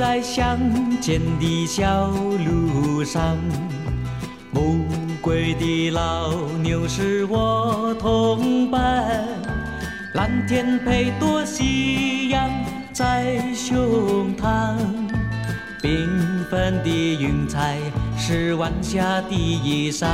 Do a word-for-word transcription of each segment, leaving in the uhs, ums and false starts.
在乡间的小路上，暮归的老牛是我同伴，蓝天配朵夕阳在胸膛，缤纷的云彩是晚霞的衣裳。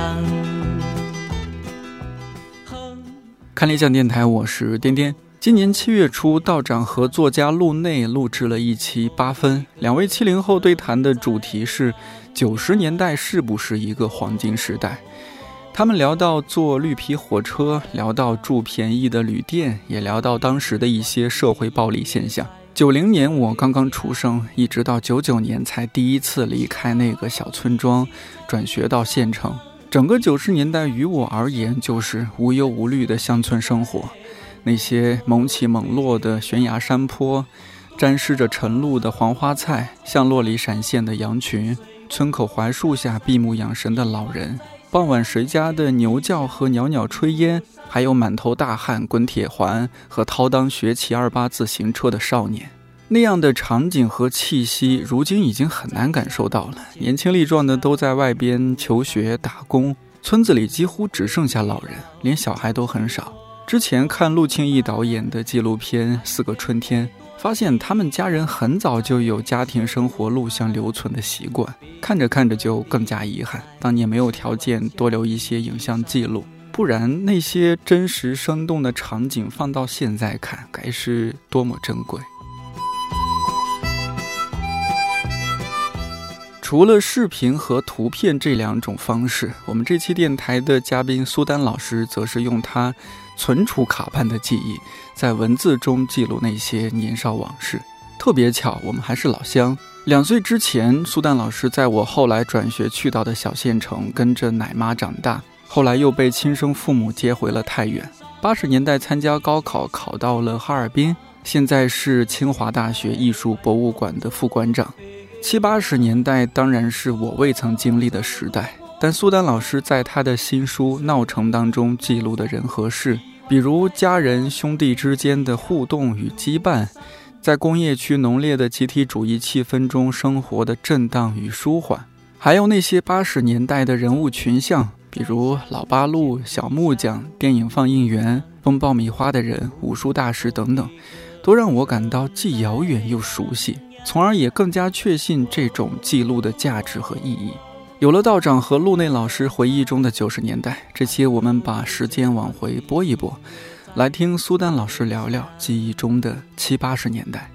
看理想电台，我是颠颠。今年七月初，道长和作家陆内录制了一期八分，两位七零后对谈的主题是九十年代是不是一个黄金时代。他们聊到坐绿皮火车，聊到住便宜的旅店，也聊到当时的一些社会暴力现象。九零年我刚刚出生，一直到九九年才第一次离开那个小村庄，转学到县城。整个九十年代于我而言就是无忧无虑的乡村生活，那些猛起猛落的悬崖山坡，沾湿着晨露的黄花菜，巷落里闪现的羊群，村口槐树下闭目养神的老人，傍晚谁家的牛叫和袅袅炊烟，还有满头大汗滚铁环和掏裆学骑二八自行车的少年。那样的场景和气息如今已经很难感受到了，年轻力壮的都在外边求学打工，村子里几乎只剩下老人，连小孩都很少。之前看陆庆义导演的纪录片《四个春天》，发现他们家人很早就有家庭生活录像留存的习惯，看着看着就更加遗憾，当年没有条件多留一些影像记录，不然那些真实生动的场景放到现在看，该是多么珍贵。除了视频和图片这两种方式，我们这期电台的嘉宾苏丹老师则是用他存储卡般的记忆，在文字中记录那些年少往事。特别巧，我们还是老乡。两岁之前，苏丹老师在我后来转学去到的小县城跟着奶妈长大，后来又被亲生父母接回了太原。八十年代参加高考，考到了哈尔滨，现在是清华大学艺术博物馆的副馆长。七八十年代当然是我未曾经历的时代，但苏丹老师在他的新书《闹城》当中记录的人和事，比如家人兄弟之间的互动与羁绊，在工业区浓烈的集体主义气氛中生活的震荡与舒缓，还有那些八十年代的人物群像，比如老八路、小木匠、电影放映员、风爆米花的人、武术大师等等，都让我感到既遥远又熟悉，从而也更加确信这种记录的价值和意义。有了道长和陆内老师回忆中的九十年代，这期我们把时间往回拨一拨，来听苏丹老师聊聊记忆中的七八十年代。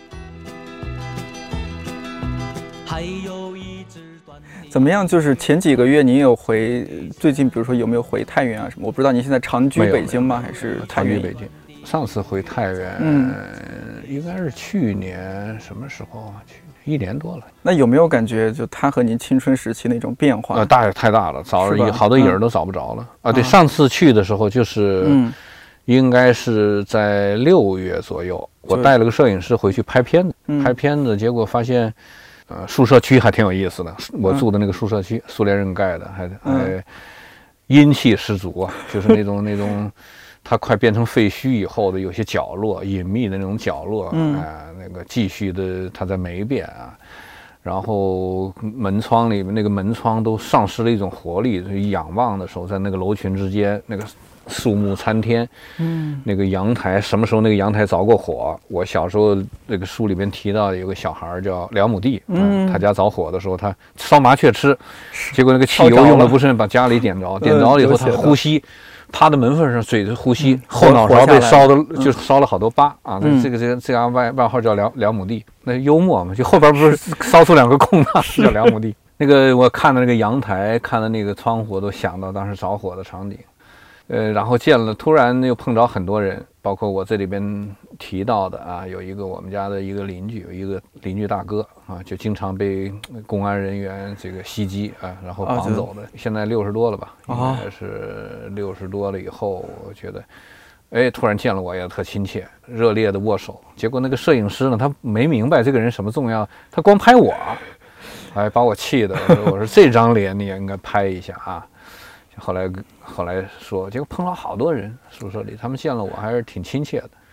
怎么样？就是前几个月您有回，最近比如说有没有回太原啊什么？我不知道您现在长居北京吗？还是长居北京？上次回太原，嗯，应该是去年什么时候啊？去年一年多了。 那有没有感觉，就他和您青春时期那种变化？ 呃，大太大了，找好多影儿都找不着了、嗯、啊！对，上次去的时候就是，嗯，应该是在六月左右，我带了个摄影师回去拍片子，嗯、拍片子，结果发现，呃，宿舍区还挺有意思的。我住的那个宿舍区，苏联人盖的，还还阴气十足啊，就是那种那种。它快变成废墟以后的有些角落，隐秘的那种角落，嗯，啊、呃，那个继续的它在霉变啊，然后门窗里面那个门窗都丧失了一种活力，仰望的时候，在那个楼群之间，那个树木参天，嗯，那个阳台什么时候那个阳台着过火？我小时候那个书里面提到有个小孩叫梁母弟，嗯，他家着火的时候，他烧麻雀吃，结果那个汽油用的不是把家里点着，点着了以后他呼吸。趴在门缝上，嘴着呼吸，嗯、后脑勺被烧的，就烧了好多疤、嗯、啊！那这个这个这样外外号叫梁梁母弟，那幽默嘛，就后边不是烧出两个空吗？叫梁母弟。那个我看到那个阳台，看到那个窗户，都想到当时着火的场景。呃，然后见了，突然又碰着很多人，包括我这里边提到的啊，有一个我们家的一个邻居，有一个邻居大哥啊，就经常被公安人员这个袭击啊，然后绑走的，啊、现在六十多了吧，应该是六十多了以后，我觉得，哎，突然见了我也特亲切，热烈的握手。结果那个摄影师呢，他没明白这个人什么重要，他光拍我，哎，把我气的，我说这张脸你也应该拍一下啊。后来后来说，结果碰到好多人，宿舍里他们见了我还是挺亲切的。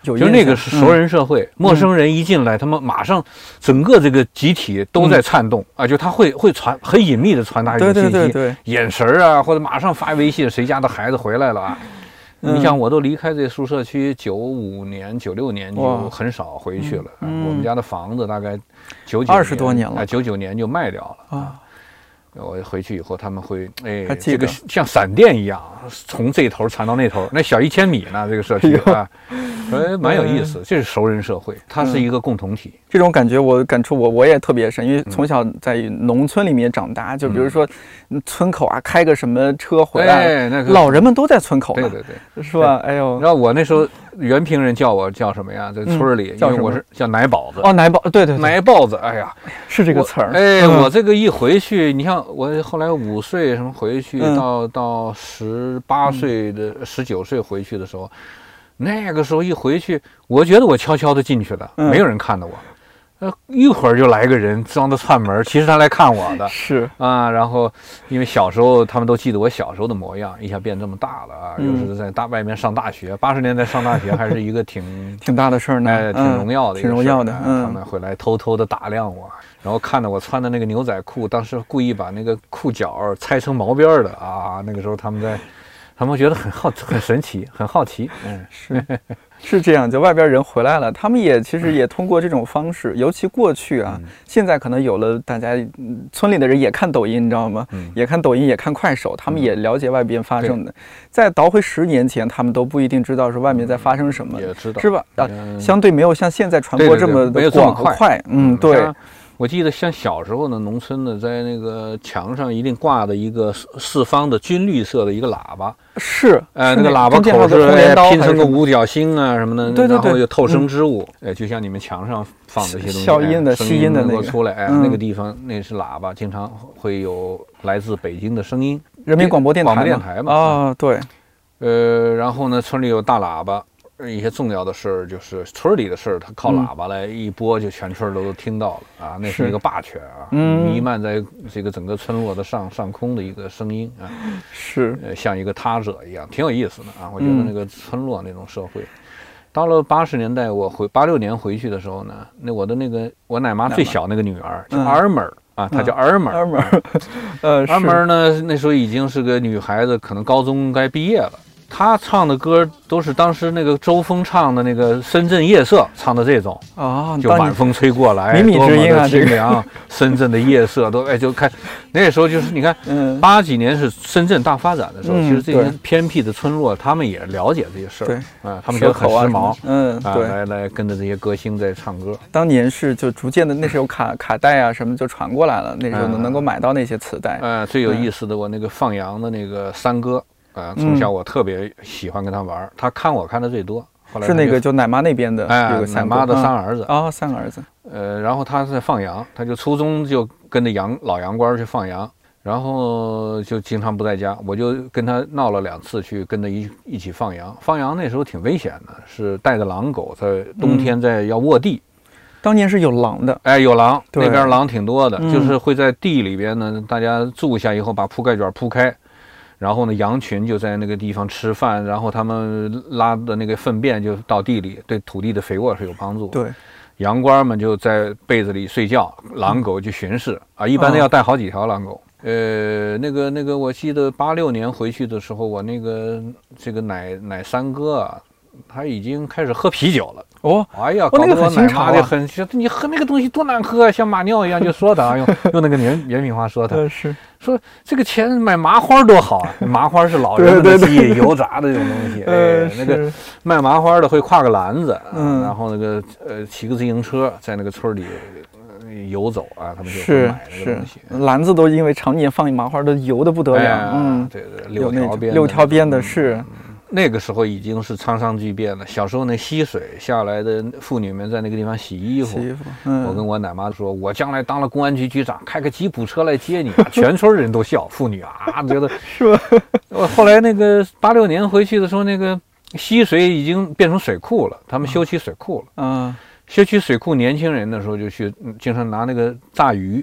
有就那个是熟人社会，嗯、陌生人一进来，他们马上整个这个集体都在颤动、嗯、啊，就他会会传很隐秘的传达一种信息， 对对对对， 眼神啊，或者马上发微信，谁家的孩子回来了啊。你想，我都离开这宿舍区九五年、九六年就很少回去了。嗯、我们家的房子大概九九二十多年了， 九九年就卖掉了啊。我回去以后，他们会哎，这个像闪电一样，从这头传到那头，那小一千米呢，这个社区啊，哎，蛮有意思。这是熟人社会，它是一个共同体。 嗯、这种感觉我感触我我也特别深，因为从小在农村里面长大，就比如说村口啊开个什么车回来， 哎，那个老人们都在村口呢， 对对对， 是吧？哎呦， 然后我那时候原平人叫我叫什么呀？在村里，因为我是叫奶宝子。 哦，奶宝，对对， 奶宝子，哎呀， 是这个词儿。 哎，我这个一回去，你像我后来五岁什么回去，到到十八岁的十九岁回去的时候，那个时候一回去，我觉得我悄悄的进去了，没有人看到我。呃，一会儿就来个人装的串门，其实他来看我的， 是啊。然后因为小时候他们都记得我小时候的模样，一下变这么大了啊，又是在大外面上大学，八十年代上大学还是一个挺挺大的事儿呢， 哎，挺荣耀的， 挺荣耀的。 嗯，他们会来偷偷的打量我，然后看到我穿的那个牛仔裤，当时故意把那个裤脚拆成毛边的啊。那个时候他们在，他们觉得很好，很神奇，很好奇。嗯， 是。是这样，就外边人回来了，他们也其实也通过这种方式，尤其过去啊，嗯、现在可能有了大家、嗯、村里的人也看抖音，你知道吗？嗯、也看抖音，也看快手，他们也了解外边发生的。再倒回十年前，他们都不一定知道是外面在发生什么， 也知道是吧？啊，嗯、相对没有像现在传播这么的广和快。嗯，对。 我记得像小时候呢，农村的在那个墙上一定挂的一个四方的军绿色的一个喇叭， 是， 呃，那个喇叭口是拼成个五角星啊什么的， 对对对， 然后有透声之物，哎、嗯，就像你们墙上放的一些东西， 消音的、吸音的那个出来，哎，嗯、那个地方那是喇叭，经常会有来自北京的声音， 人民广播电台， 广播电台嘛， 啊，对， 呃，然后呢，村里有大喇叭。一些重要的事儿，就是村里的事儿，他靠喇叭来一播，就全村都听到了啊！那是一个霸权啊， 嗯、 弥漫在这个整个村落的上上空的一个声音啊， 是， 呃，像一个他者一样，挺有意思的啊！我觉得那个村落那种社会，嗯、到了八十年代，我回八六年回去的时候呢，那我的那个我奶妈最小那个女儿叫二妹儿。啊，她叫二妹儿， 二妹儿，呃， 二妹儿呢，那时候已经是个女孩子，可能高中该毕业了。他唱的歌都是当时那个周峰唱的那个《深圳夜色》唱的这种啊， 就晚风吹过来， 靡靡之音啊， 清凉。深圳的夜色都哎，就看那时候就是你看，嗯，八几年是深圳大发展的时候，其实这些偏僻的村落，他们也了解这些事儿， 对啊，他们觉得很时髦， 嗯，对， 来来跟着这些歌星在唱歌。 当年是就逐渐的，那时候卡卡带啊什么就传过来了，那时候能够买到那些磁带。 呃，最有意思的我那个放羊的那个三哥。啊，从小我特别喜欢跟他玩，嗯、他看我看的最多。后来是那个就奶妈那边的， 哎，奶妈的三儿子啊、哦，三个儿子。 呃，然后他在放羊，他就初中就跟着羊老羊倌去放羊，然后就经常不在家，我就跟他闹了两次，去跟他一一起放羊。放羊那时候挺危险的，是带着狼狗在冬天在要卧地。 嗯、当年是有狼的， 哎，有狼，那边狼挺多的，嗯、就是会在地里边呢，大家住下以后把铺盖卷铺开。然后呢，羊群就在那个地方吃饭，然后他们拉的那个粪便就到地里，对土地的肥沃是有帮助。 对， 羊倌们就在被子里睡觉，狼狗去巡视啊，一般都要带好几条狼狗。呃，那个那个，我记得八六年回去的时候，我那个这个奶奶三哥啊，他已经开始喝啤酒了。 哦， 哎呀，搞得我奶妈就很，你喝那个东西多难喝啊，像马尿一样，就说他用用那个原原品话说他， 是说这个钱买麻花多好啊，麻花是老人们的记忆，油炸的这种东西，哎，那个卖麻花的会挎个篮子，嗯，然后那个呃骑个自行车在那个村里游走啊，他们就会买那个东西， 篮子都因为常年放麻花的油的不得了，嗯， 对对，六条边， 六条边的是。 那个时候已经是沧桑巨变了。小时候那溪水下来的妇女们在那个地方洗衣服， 洗衣服嗯、 我跟我奶妈说，我将来当了公安局局长，开个吉普车来接你，全村人都笑，妇女啊，觉得是吧？ 我后来那个八六年回去的时候，那个溪水已经变成水库了，他们修起水库了。 嗯， 修起水库，年轻人的时候就去，经常拿那个炸鱼。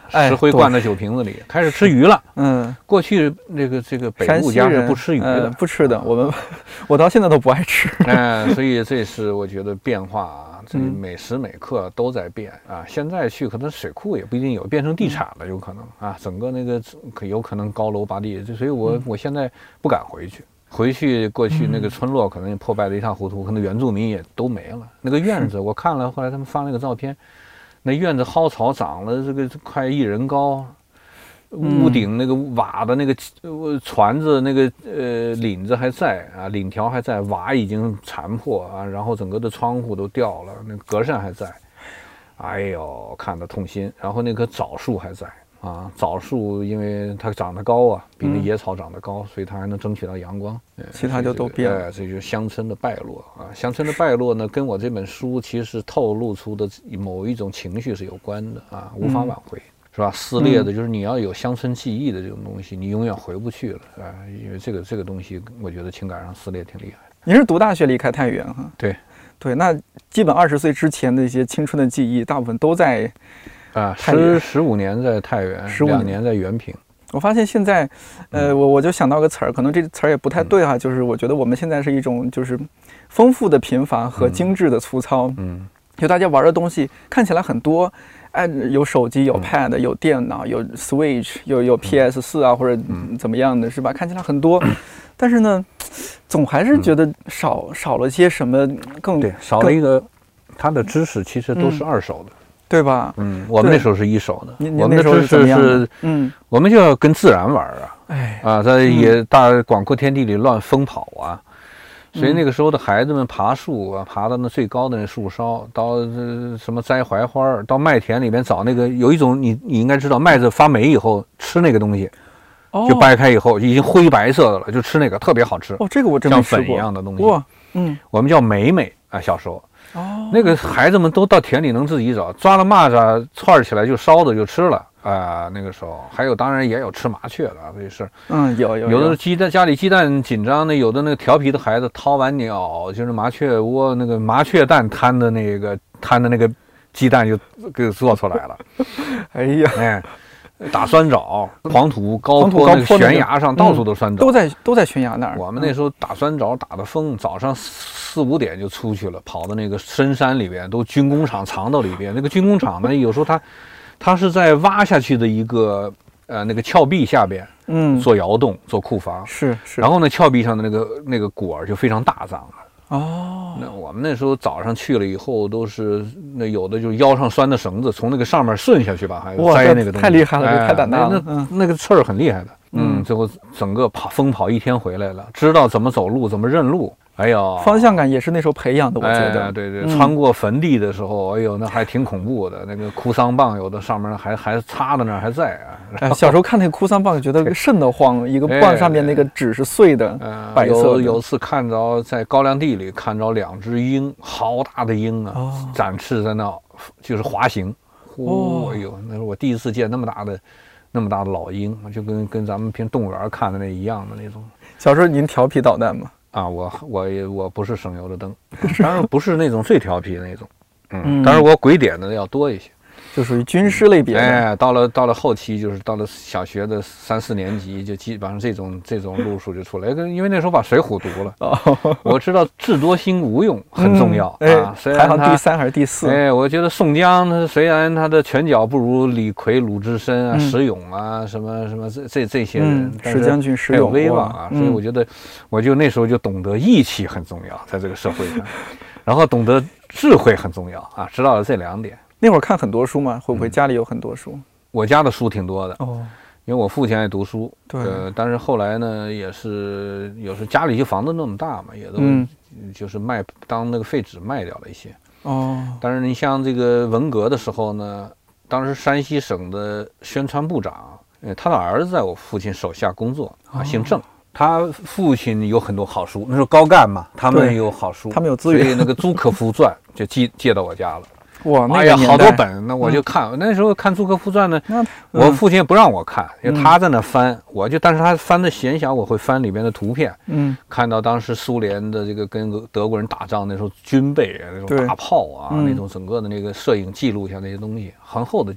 石灰灌在酒瓶子里，开始吃鱼了。嗯，过去这个这个北陆家是不吃鱼的， 呃、不吃的。我们我到现在都不爱吃。 哎，所以这是我觉得变化啊，这每时每刻都在变啊。现在去可能水库也不一定有，变成地产了，有可能啊，整个那个可有可能高楼拔地，所以我我现在不敢回去。回去过去那个村落可能也破败的一塌糊涂，可能原住民也都没了。那个院子我看了，后来他们发那个照片，那院子蒿草长了这个快一人高，屋顶那个瓦的那个船子那个呃领子还在啊，领条还在，瓦已经残破啊，然后整个的窗户都掉了，那个格扇还在，哎呦看得痛心。然后那棵枣树还在。啊，枣树因为它长得高啊，比那野草长得高，嗯、所以它还能争取到阳光。 其他就都变了， 哎，这就是乡村的败落啊。乡村的败落呢，跟我这本书其实透露出的某一种情绪是有关的啊，无法挽回，嗯、是吧？撕裂的就是你要有乡村记忆的这种东西，你永远回不去了啊。因为这个这个东西，我觉得情感上撕裂挺厉害的。 你是读大学离开太原哈？ 对， 对，那基本二十岁之前的一些青春的记忆，大部分都在。 啊，十十五年在太原，两年在原平。 我发现现在，呃，我我就想到个词儿，可能这词儿也不太对哈，嗯、就是我觉得我们现在是一种就是丰富的贫乏和精致的粗糙。嗯，就大家玩的东西看起来很多，哎，有手机，有 Pad，、嗯、有电脑，有 Switch， 有有 P S 四 啊，或者怎么样的，是吧？看起来很多，但是呢，总还是觉得少、嗯、少了些什么更对，少了一个，他的知识其实都是二手的。嗯对吧？ 嗯，我们那时候是一手的，我们的知识是，嗯，我们就要跟自然玩啊，哎，啊，在野大广阔天地里乱疯跑啊，所以那个时候的孩子们爬树啊，爬到那最高的那树梢，到什么摘槐花，到麦田里面找那个有一种你你应该知道，麦子发霉以后吃那个东西，就掰开以后已经灰白色的了，就吃那个特别好吃。 哦，这个我真没吃过。 像粉一样的东西。 哇，嗯， 我们叫美美啊，小时候。哦，那个孩子们都到田里能自己找，抓了蚂蚱串起来就烧的就吃了啊、呃。那个时候还有，当然也有吃麻雀的，这是嗯，有有有的鸡蛋家里鸡蛋紧张的，有的那个调皮的孩子掏完鸟就是麻雀窝那个麻雀蛋摊的那个摊的那个鸡蛋就给做出来了。 哎呀， 哎。打酸枣，黄土高坡那个悬崖上到处都酸枣， 都在都在悬崖那儿。 我们那时候打酸枣打的疯，早上四五点就出去了，跑到那个深山里边，都军工厂藏到里边。那个军工厂呢，有时候它它是在挖下去的一个呃那个峭壁下边，嗯，做窑洞做库房， 是是。 然后呢，峭壁上的那个那个果就非常大张了。哦，那我们那时候早上去了以后，都是那有的就腰上拴的绳子，从那个上面顺下去吧，还摘那个东西， 太厉害了，哎、太胆大了。 那、嗯、那个刺儿很厉害的，嗯，最后整个跑疯跑一天回来了，知道怎么走路，怎么认路。哎呦， 方向感也是那时候培养的，我觉得。 哎、对对，嗯、穿过坟地的时候，哎呦，那还挺恐怖的。那个哭丧棒，有的上面还还插在那儿还在啊。 哎，小时候看那个哭丧棒，觉得瘆得慌。一个棒上面那个纸是碎的，哎、白色的。 有有次看着在高粱地里看着两只鹰，好大的鹰啊，哦、展翅在那，就是滑行。哦，哎呦，那是我第一次见那么大的。那么大的老鹰，就跟跟咱们平动物园看的那一样的那种。 小时候您调皮捣蛋吗？ 啊，我我也我不是省油的灯，当然不是那种最调皮的那种，嗯，当然我鬼点的要多一些， 就属于军师类别的。 哎，到了到了后期，就是到了小学的三四年级，就基本上这种这种路数就出来。因为那时候把《水浒》读了，哦、我知道智多星无用很重要、嗯、啊。虽然排行第三还是第四？ 哎，我觉得宋江他虽然他的拳脚不如李逵、鲁智深啊、嗯、石勇啊什么什么这这这些人， 嗯、石将军、石勇有威望啊，嗯、所以我觉得我就那时候就懂得义气很重要，在这个社会上，然后懂得智慧很重要啊，知道了这两点。 那会儿看很多书吗？会不会家里有很多书？ 嗯、我家的书挺多的哦，因为我父亲爱读书。 对， 呃，但是后来呢，也是有时候家里就房子那么大嘛，也都、嗯、就是卖当那个废纸卖掉了一些。哦，但是你像这个文革的时候呢，当时山西省的宣传部长，呃，他的儿子在我父亲手下工作啊，姓郑。他父亲有很多好书，那时候高干嘛，他们有好书， 他们有资源， 所以那个《朱可夫传》就借借到我家了。 哇，那哎呀，好多本，那我就看。嗯、那时候看《朱可夫传》呢，嗯、我父亲也不让我看，因为他在那翻，嗯、我就，但是他翻的闲暇，我会翻里面的图片，嗯，看到当时苏联的这个跟德国人打仗那时候军备啊，那种大炮啊，嗯、那种整个的那个摄影记录下那些东西，很厚的几本。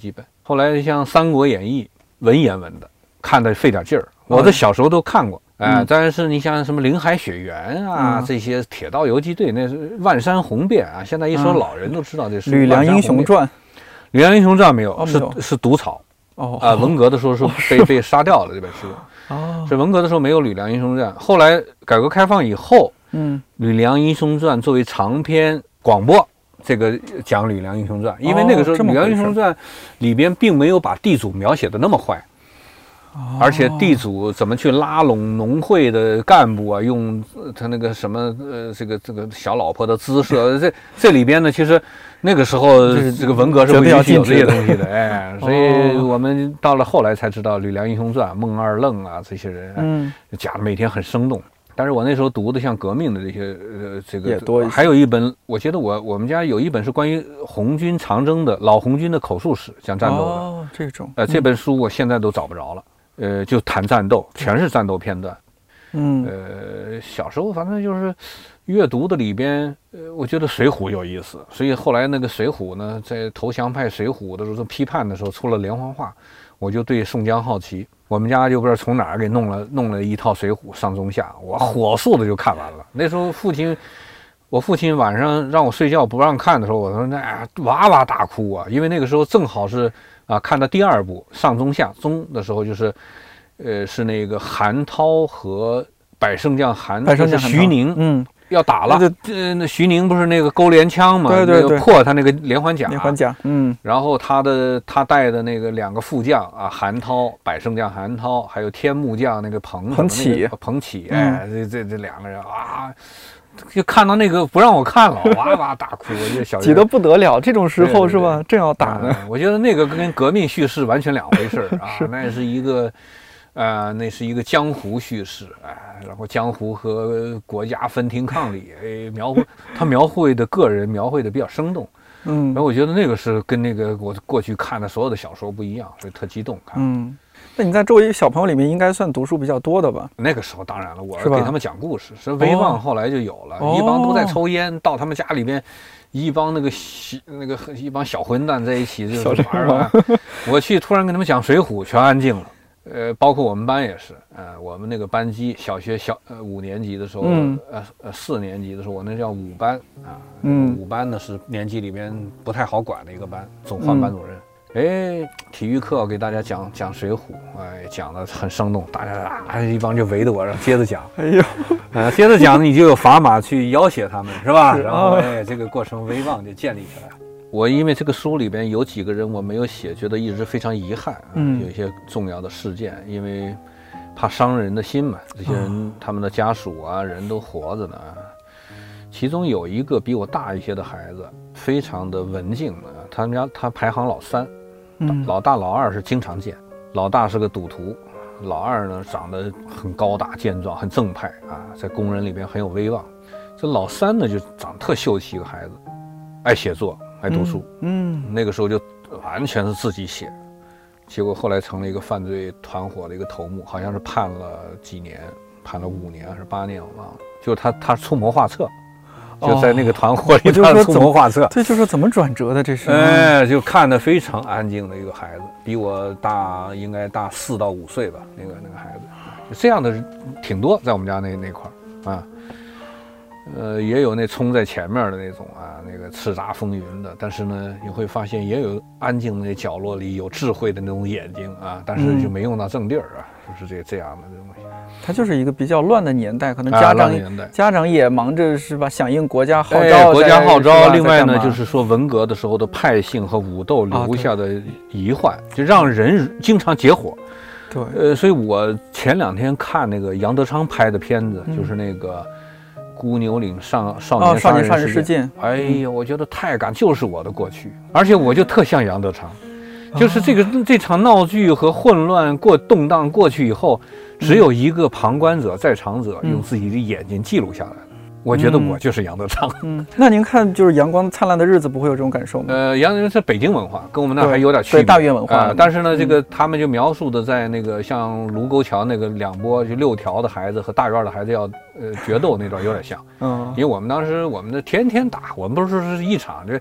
后来像《三国演义》文言文的，看得费点劲儿。我的小时候都看过，哎、呃，但是你像什么《林海雪原》啊，嗯、这些《铁道游击队》，那是万山红遍啊。现在一说老人都知道这是《 吕梁英雄传》。《 吕梁英雄传》没有，哦、是是毒草。哦啊、呃，文革的时候是被、哦、被杀掉了这本书。哦，是文革的时候没有《吕梁英雄传》，后来改革开放以后，嗯，《吕梁英雄传》作为长篇广播。这个讲《吕梁英雄传》，因为那个时候《吕梁英雄传》里边并没有把地主描写的那么坏，哦、而且地主怎么去拉拢农会的干部啊，用他那个什么呃这个这个小老婆的姿色，这这里边呢，其实那个时候这个文革是不允许有这些东西的，哎，所以我们到了后来才知道《吕梁英雄传》孟二愣啊这些人，嗯，讲的每天很生动。但是我那时候读的像革命的这些呃这个也多一些， 还有一本，我觉得我我们家有一本是关于红军长征的老红军的口述史，讲战斗的。 哦，这种。 呃，这本书我现在都找不着了，呃，就谈战斗，全是战斗片段。嗯。呃，小时候反正就是阅读的里边，呃，我觉得《水浒》有意思，所以后来那个《水浒》呢，在投降派《水浒》的时候批判的时候出了连环画，我就对宋江好奇。我们家就不知道从哪儿给弄了弄了一套《水浒》上中下，我火速的就看完了。那时候父亲，我父亲晚上让我睡觉不让看的时候，我说那、哎、哇哇大哭啊，因为那个时候正好是啊看到第二部上中下中的时候，就是呃是那个韩涛和百胜将韩， 百胜将徐宁， 嗯。 要打了，呃，那徐宁不是那个勾连枪嘛？ 对对对， 破他那个连环甲， 连环甲，嗯。 然后他的他带的那个两个副将啊，韩涛，百胜将韩涛，还有天目将那个彭彭起， 彭起，哎，这这这两个人啊，就看到那个不让我看了，哇哇大哭，我这小急得不得了。这种时候是吧？正要打呢。 我觉得那个跟革命叙事完全两回事啊，那是一个。呃，那是一个江湖叙事，哎、呃，然后江湖和国家分庭抗礼，哎，描绘他描绘的个人描绘的比较生动，嗯，然后我觉得那个是跟那个我过去看的所有的小说不一样，所以特激动看。 嗯，那你在周围小朋友里面应该算读书比较多的吧？ 那个时候当然了，我给他们讲故事，是威望后来就有了，哦、一帮都在抽烟，到他们家里边。一帮那个那个一帮小混蛋在一起就是玩啊，我去突然跟他们讲《水浒》，全安静了。呃，包括我们班也是，呃，我们那个班级，小学小呃五年级的时候，嗯、呃呃四年级的时候，我那叫五班啊，嗯，五班呢是年级里边不太好管的一个班，总换班主任。嗯、哎，体育课给大家讲讲《水浒》，哎，讲得很生动，大家啊一帮就围着我，然后接着讲。哎呦，呃，接着讲你就有砝码去要挟他们，是吧？是然后哎，这个过程威望就建立起来了。我因为这个书里边有几个人我没有写，觉得一直非常遗憾啊，嗯、有一些重要的事件，因为怕伤人的心嘛。这些人、哦、他们的家属啊，人都活着呢。其中有一个比我大一些的孩子，非常的文静啊，他们家他排行老三，嗯、老大老二是经常见。老大是个赌徒，老二呢长得很高大健壮，很正派啊，在工人里边很有威望。这老三呢就长得特秀气一个孩子，爱写作。爱读书，嗯，嗯那个时候就完全是自己写，结果后来成了一个犯罪团伙的一个头目，好像是判了几年，判了五年还是八年，我忘了。就是他他出谋划策，就在那个团伙里他出谋划策。 这就是怎么转折的？这是哎，就看得非常安静的一个孩子，比我大应该大四到五岁吧，那个那个孩子，就这样的人挺多，在我们家那那块儿啊。呃，也有那冲在前面的那种啊，那个叱咤风云的，但是呢，你会发现也有安静的那角落里有智慧的那种眼睛啊，但是就没用到正地儿啊，嗯、就是这这样的东西。 它就是一个比较乱的年代，可能家长、啊、家长也忙着是吧，响应国家号召， 哎、国家号召。另外呢，就是说文革的时候的派性和武斗留下的遗患，啊、就让人经常结伙。 对， 呃，所以我前两天看那个杨德昌拍的片子，嗯、就是那个。孤牛岭上少年杀人事件，哦、哎呀，我觉得太感，就是我的过去，而且我就特像杨德昌，就是这个、哦、这场闹剧和混乱过动荡过去以后，只有一个旁观者在场者用自己的眼睛记录下来。嗯、我觉得我就是杨德昌。 嗯，那您看，就是阳光灿烂的日子，不会有这种感受吗？ 呃，阳光是北京文化，跟我们那还有点区别， 对大院文化、 呃。但是呢，这个他们就描述的在那个像卢沟桥那个两拨就六条的孩子和大院的孩子要呃决斗那段有点像。嗯，因为我们当时我们的天天打，我们不是是一场这。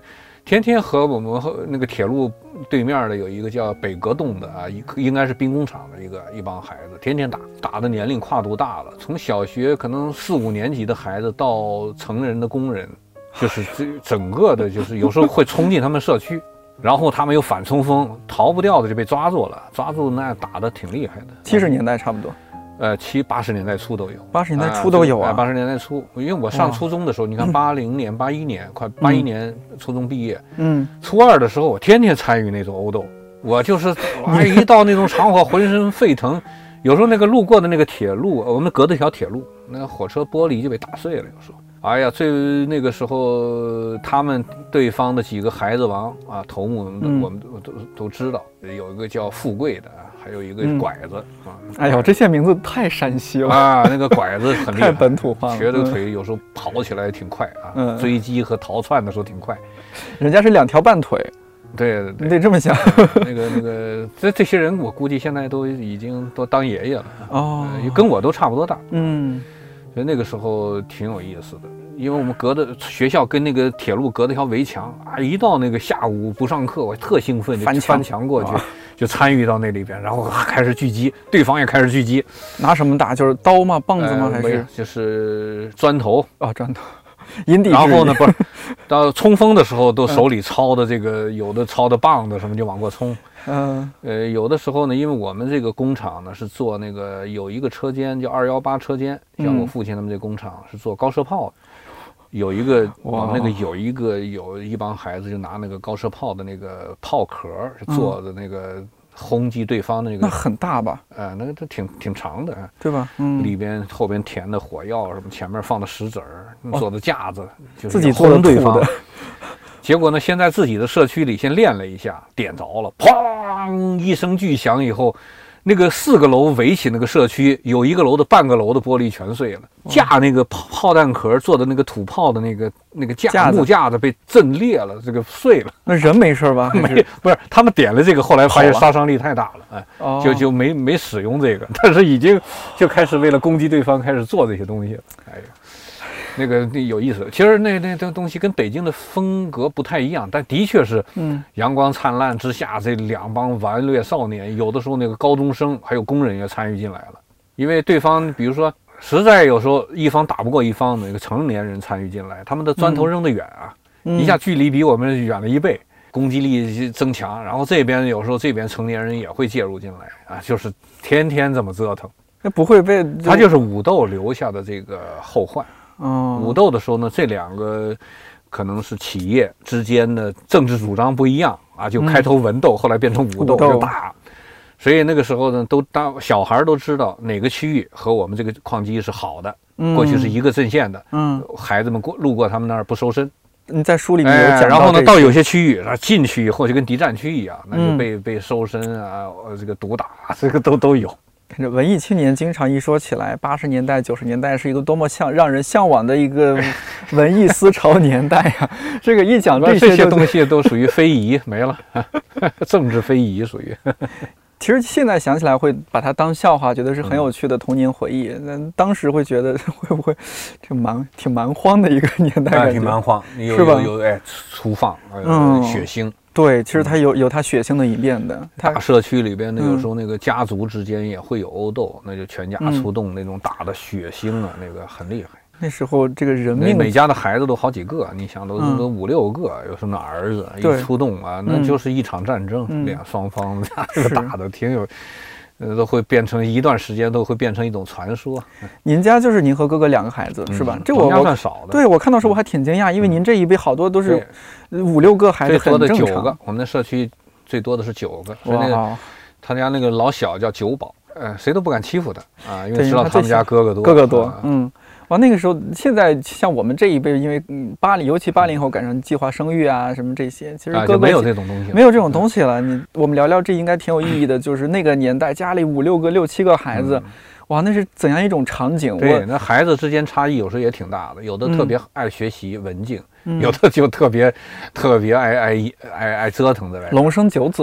天天和我们那个铁路对面的有一个叫北阁洞的啊，应该是兵工厂的一个一帮孩子，天天打，打的年龄跨度大了，从小学可能四五年级的孩子到成人的工人，就是这整个的，就是有时候会冲进他们社区，然后他们又反冲锋，逃不掉的就被抓住了，抓住那打的挺厉害的。 七十年代差不多。 呃，七八十年代初都有， 八十年代初都有啊。 八十、呃、年代初，因为我上初中的时候，你看八零年、八一年，快八一年初中毕业，嗯，初二的时候，我天天参与那种殴斗，我就是啊，一到那种场所，浑身沸腾。有时候那个路过的那个铁路，我们隔着条铁路，那个火车玻璃就被打碎了，有时候。哎呀，最那个时候，他们对方的几个孩子王啊，头目，嗯、我们都都知道，有一个叫富贵的。还有一个拐子、嗯、啊！ 哎呦，这些名字太山西了啊！那个拐子很厉害， 太本土化了， 瘸着腿有时候跑起来挺快啊，嗯、追击和逃窜的时候挺快。 人家是两条半腿， 对对对， 你得这么想。 嗯、那个那个，这这些人我估计现在都已经都当爷爷了哦、呃，跟我都差不多大。嗯，所以那个时候挺有意思的。因为我们隔的学校跟那个铁路隔着条围墙啊，一到那个下午不上课，我特兴奋，就翻墙过去，就参与到那里边，然后开始狙击，对方也开始狙击， 拿什么打？就是刀吗？棒子吗？还是就是砖头啊？砖头，因地制宜。 然后呢，不是到冲锋的时候，都手里抄的这个，有的抄的棒子什么就往过冲。嗯，呃，有的时候呢，因为我们这个工厂呢是做那个有一个车间叫二幺八车间，像我父亲他们这工厂是做高射炮。有一个我们那个有一个有一帮孩子就拿那个高射炮的那个炮壳做的那个轰击对方的那个， 那很大吧？ 呃，那个都挺挺长的， 对吧？嗯， 里边后边填的火药什么，前面放的石子儿，做的架子，就是自己做的对方。结果呢，先在自己的社区里先练了一下，点着了，砰一声巨响以后。那个四个楼围起那个社区，有一个楼的半个楼的玻璃全碎了，架那个炮炮弹壳做的那个土炮的那个那个架木架子被震裂了，这个碎了。 那人没事吧？ 没，不是他们点了这个，后来发现杀伤力太大了，哎，哦、就就没没使用这个，但是已经就开始为了攻击对方开始做这些东西了，哎呀。那个那有意思，其实那那这东西跟北京的风格不太一样，但的确是，嗯，阳光灿烂之下，这两帮顽劣少年，有的时候那个高中生还有工人也参与进来了，因为对方比如说实在有时候一方打不过一方，那个成年人参与进来，他们的砖头扔得远啊，嗯、一下距离比我们远了一倍，攻击力增强，然后这边有时候这边成年人也会介入进来啊，就是天天这么折腾， 那不会被他就是武斗留下的这个后患。哦，武斗的时候呢，这两个可能是企业之间的政治主张不一样啊，就开头文斗，嗯、后来变成武斗就打。所以那个时候呢，都当小孩都知道哪个区域和我们这个矿机是好的，嗯、过去是一个阵线的。嗯，孩子们过路过他们那儿不收身。 你在书里面有讲到、哎、 然后呢，到有些区域啊，禁区以后就跟敌占区一样，那就被、嗯、被收身啊，这个毒打，这个都都有。 文艺青年经常一说起来，八十年代、九十年代是一个多么向让人向往的一个文艺思潮年代呀、啊！这个一讲这些这些东西都属于非遗，没了，政治非遗属于。 其实现在想起来会把它当笑话，觉得是很有趣的童年回忆。那、嗯、当时会觉得会不会这蛮挺蛮荒的一个年代感觉， 啊、挺蛮荒，有是吧？ 有有哎粗放，嗯，血腥。 对，其实它有有它血腥的一面的。 大社区里边呢，有时候那个家族之间也会有殴斗，嗯、那就全家出动，那种打的血腥啊，那个很厉害。 那时候这个人命， 每家的孩子都好几个，你想都都五六个，有什么儿子一出动啊，那就是一场战争，嗯、两双方这个打的挺有。呃，都会变成一段时间，都会变成一种传说。 您家就是您和哥哥两个孩子、嗯、是吧？这我算少的。 对，我看到时候我还挺惊讶，因为您这一辈好多都是五六个孩子， 最多的九个。我们的社区最多的是九个，所以那个他家那个老小叫九宝，呃，谁都不敢欺负他啊，因为知道他们家哥哥多， 哥哥多，啊、嗯。哇，那个时候，现在像我们这一辈，因为八零，尤其八零后赶上计划生育啊，什么这些，其实哥哥、啊、 没有这种东西， 没有这种东西了。你我们聊聊，这应该挺有意义的。就是那个年代，家里五六个、六七个孩子，嗯、哇，那是怎样一种场景？ 对，那孩子之间差异有时候也挺大的，有的特别爱学习、文静，嗯、有的就特别特别爱爱爱爱折腾的来。 龙生九子嘛。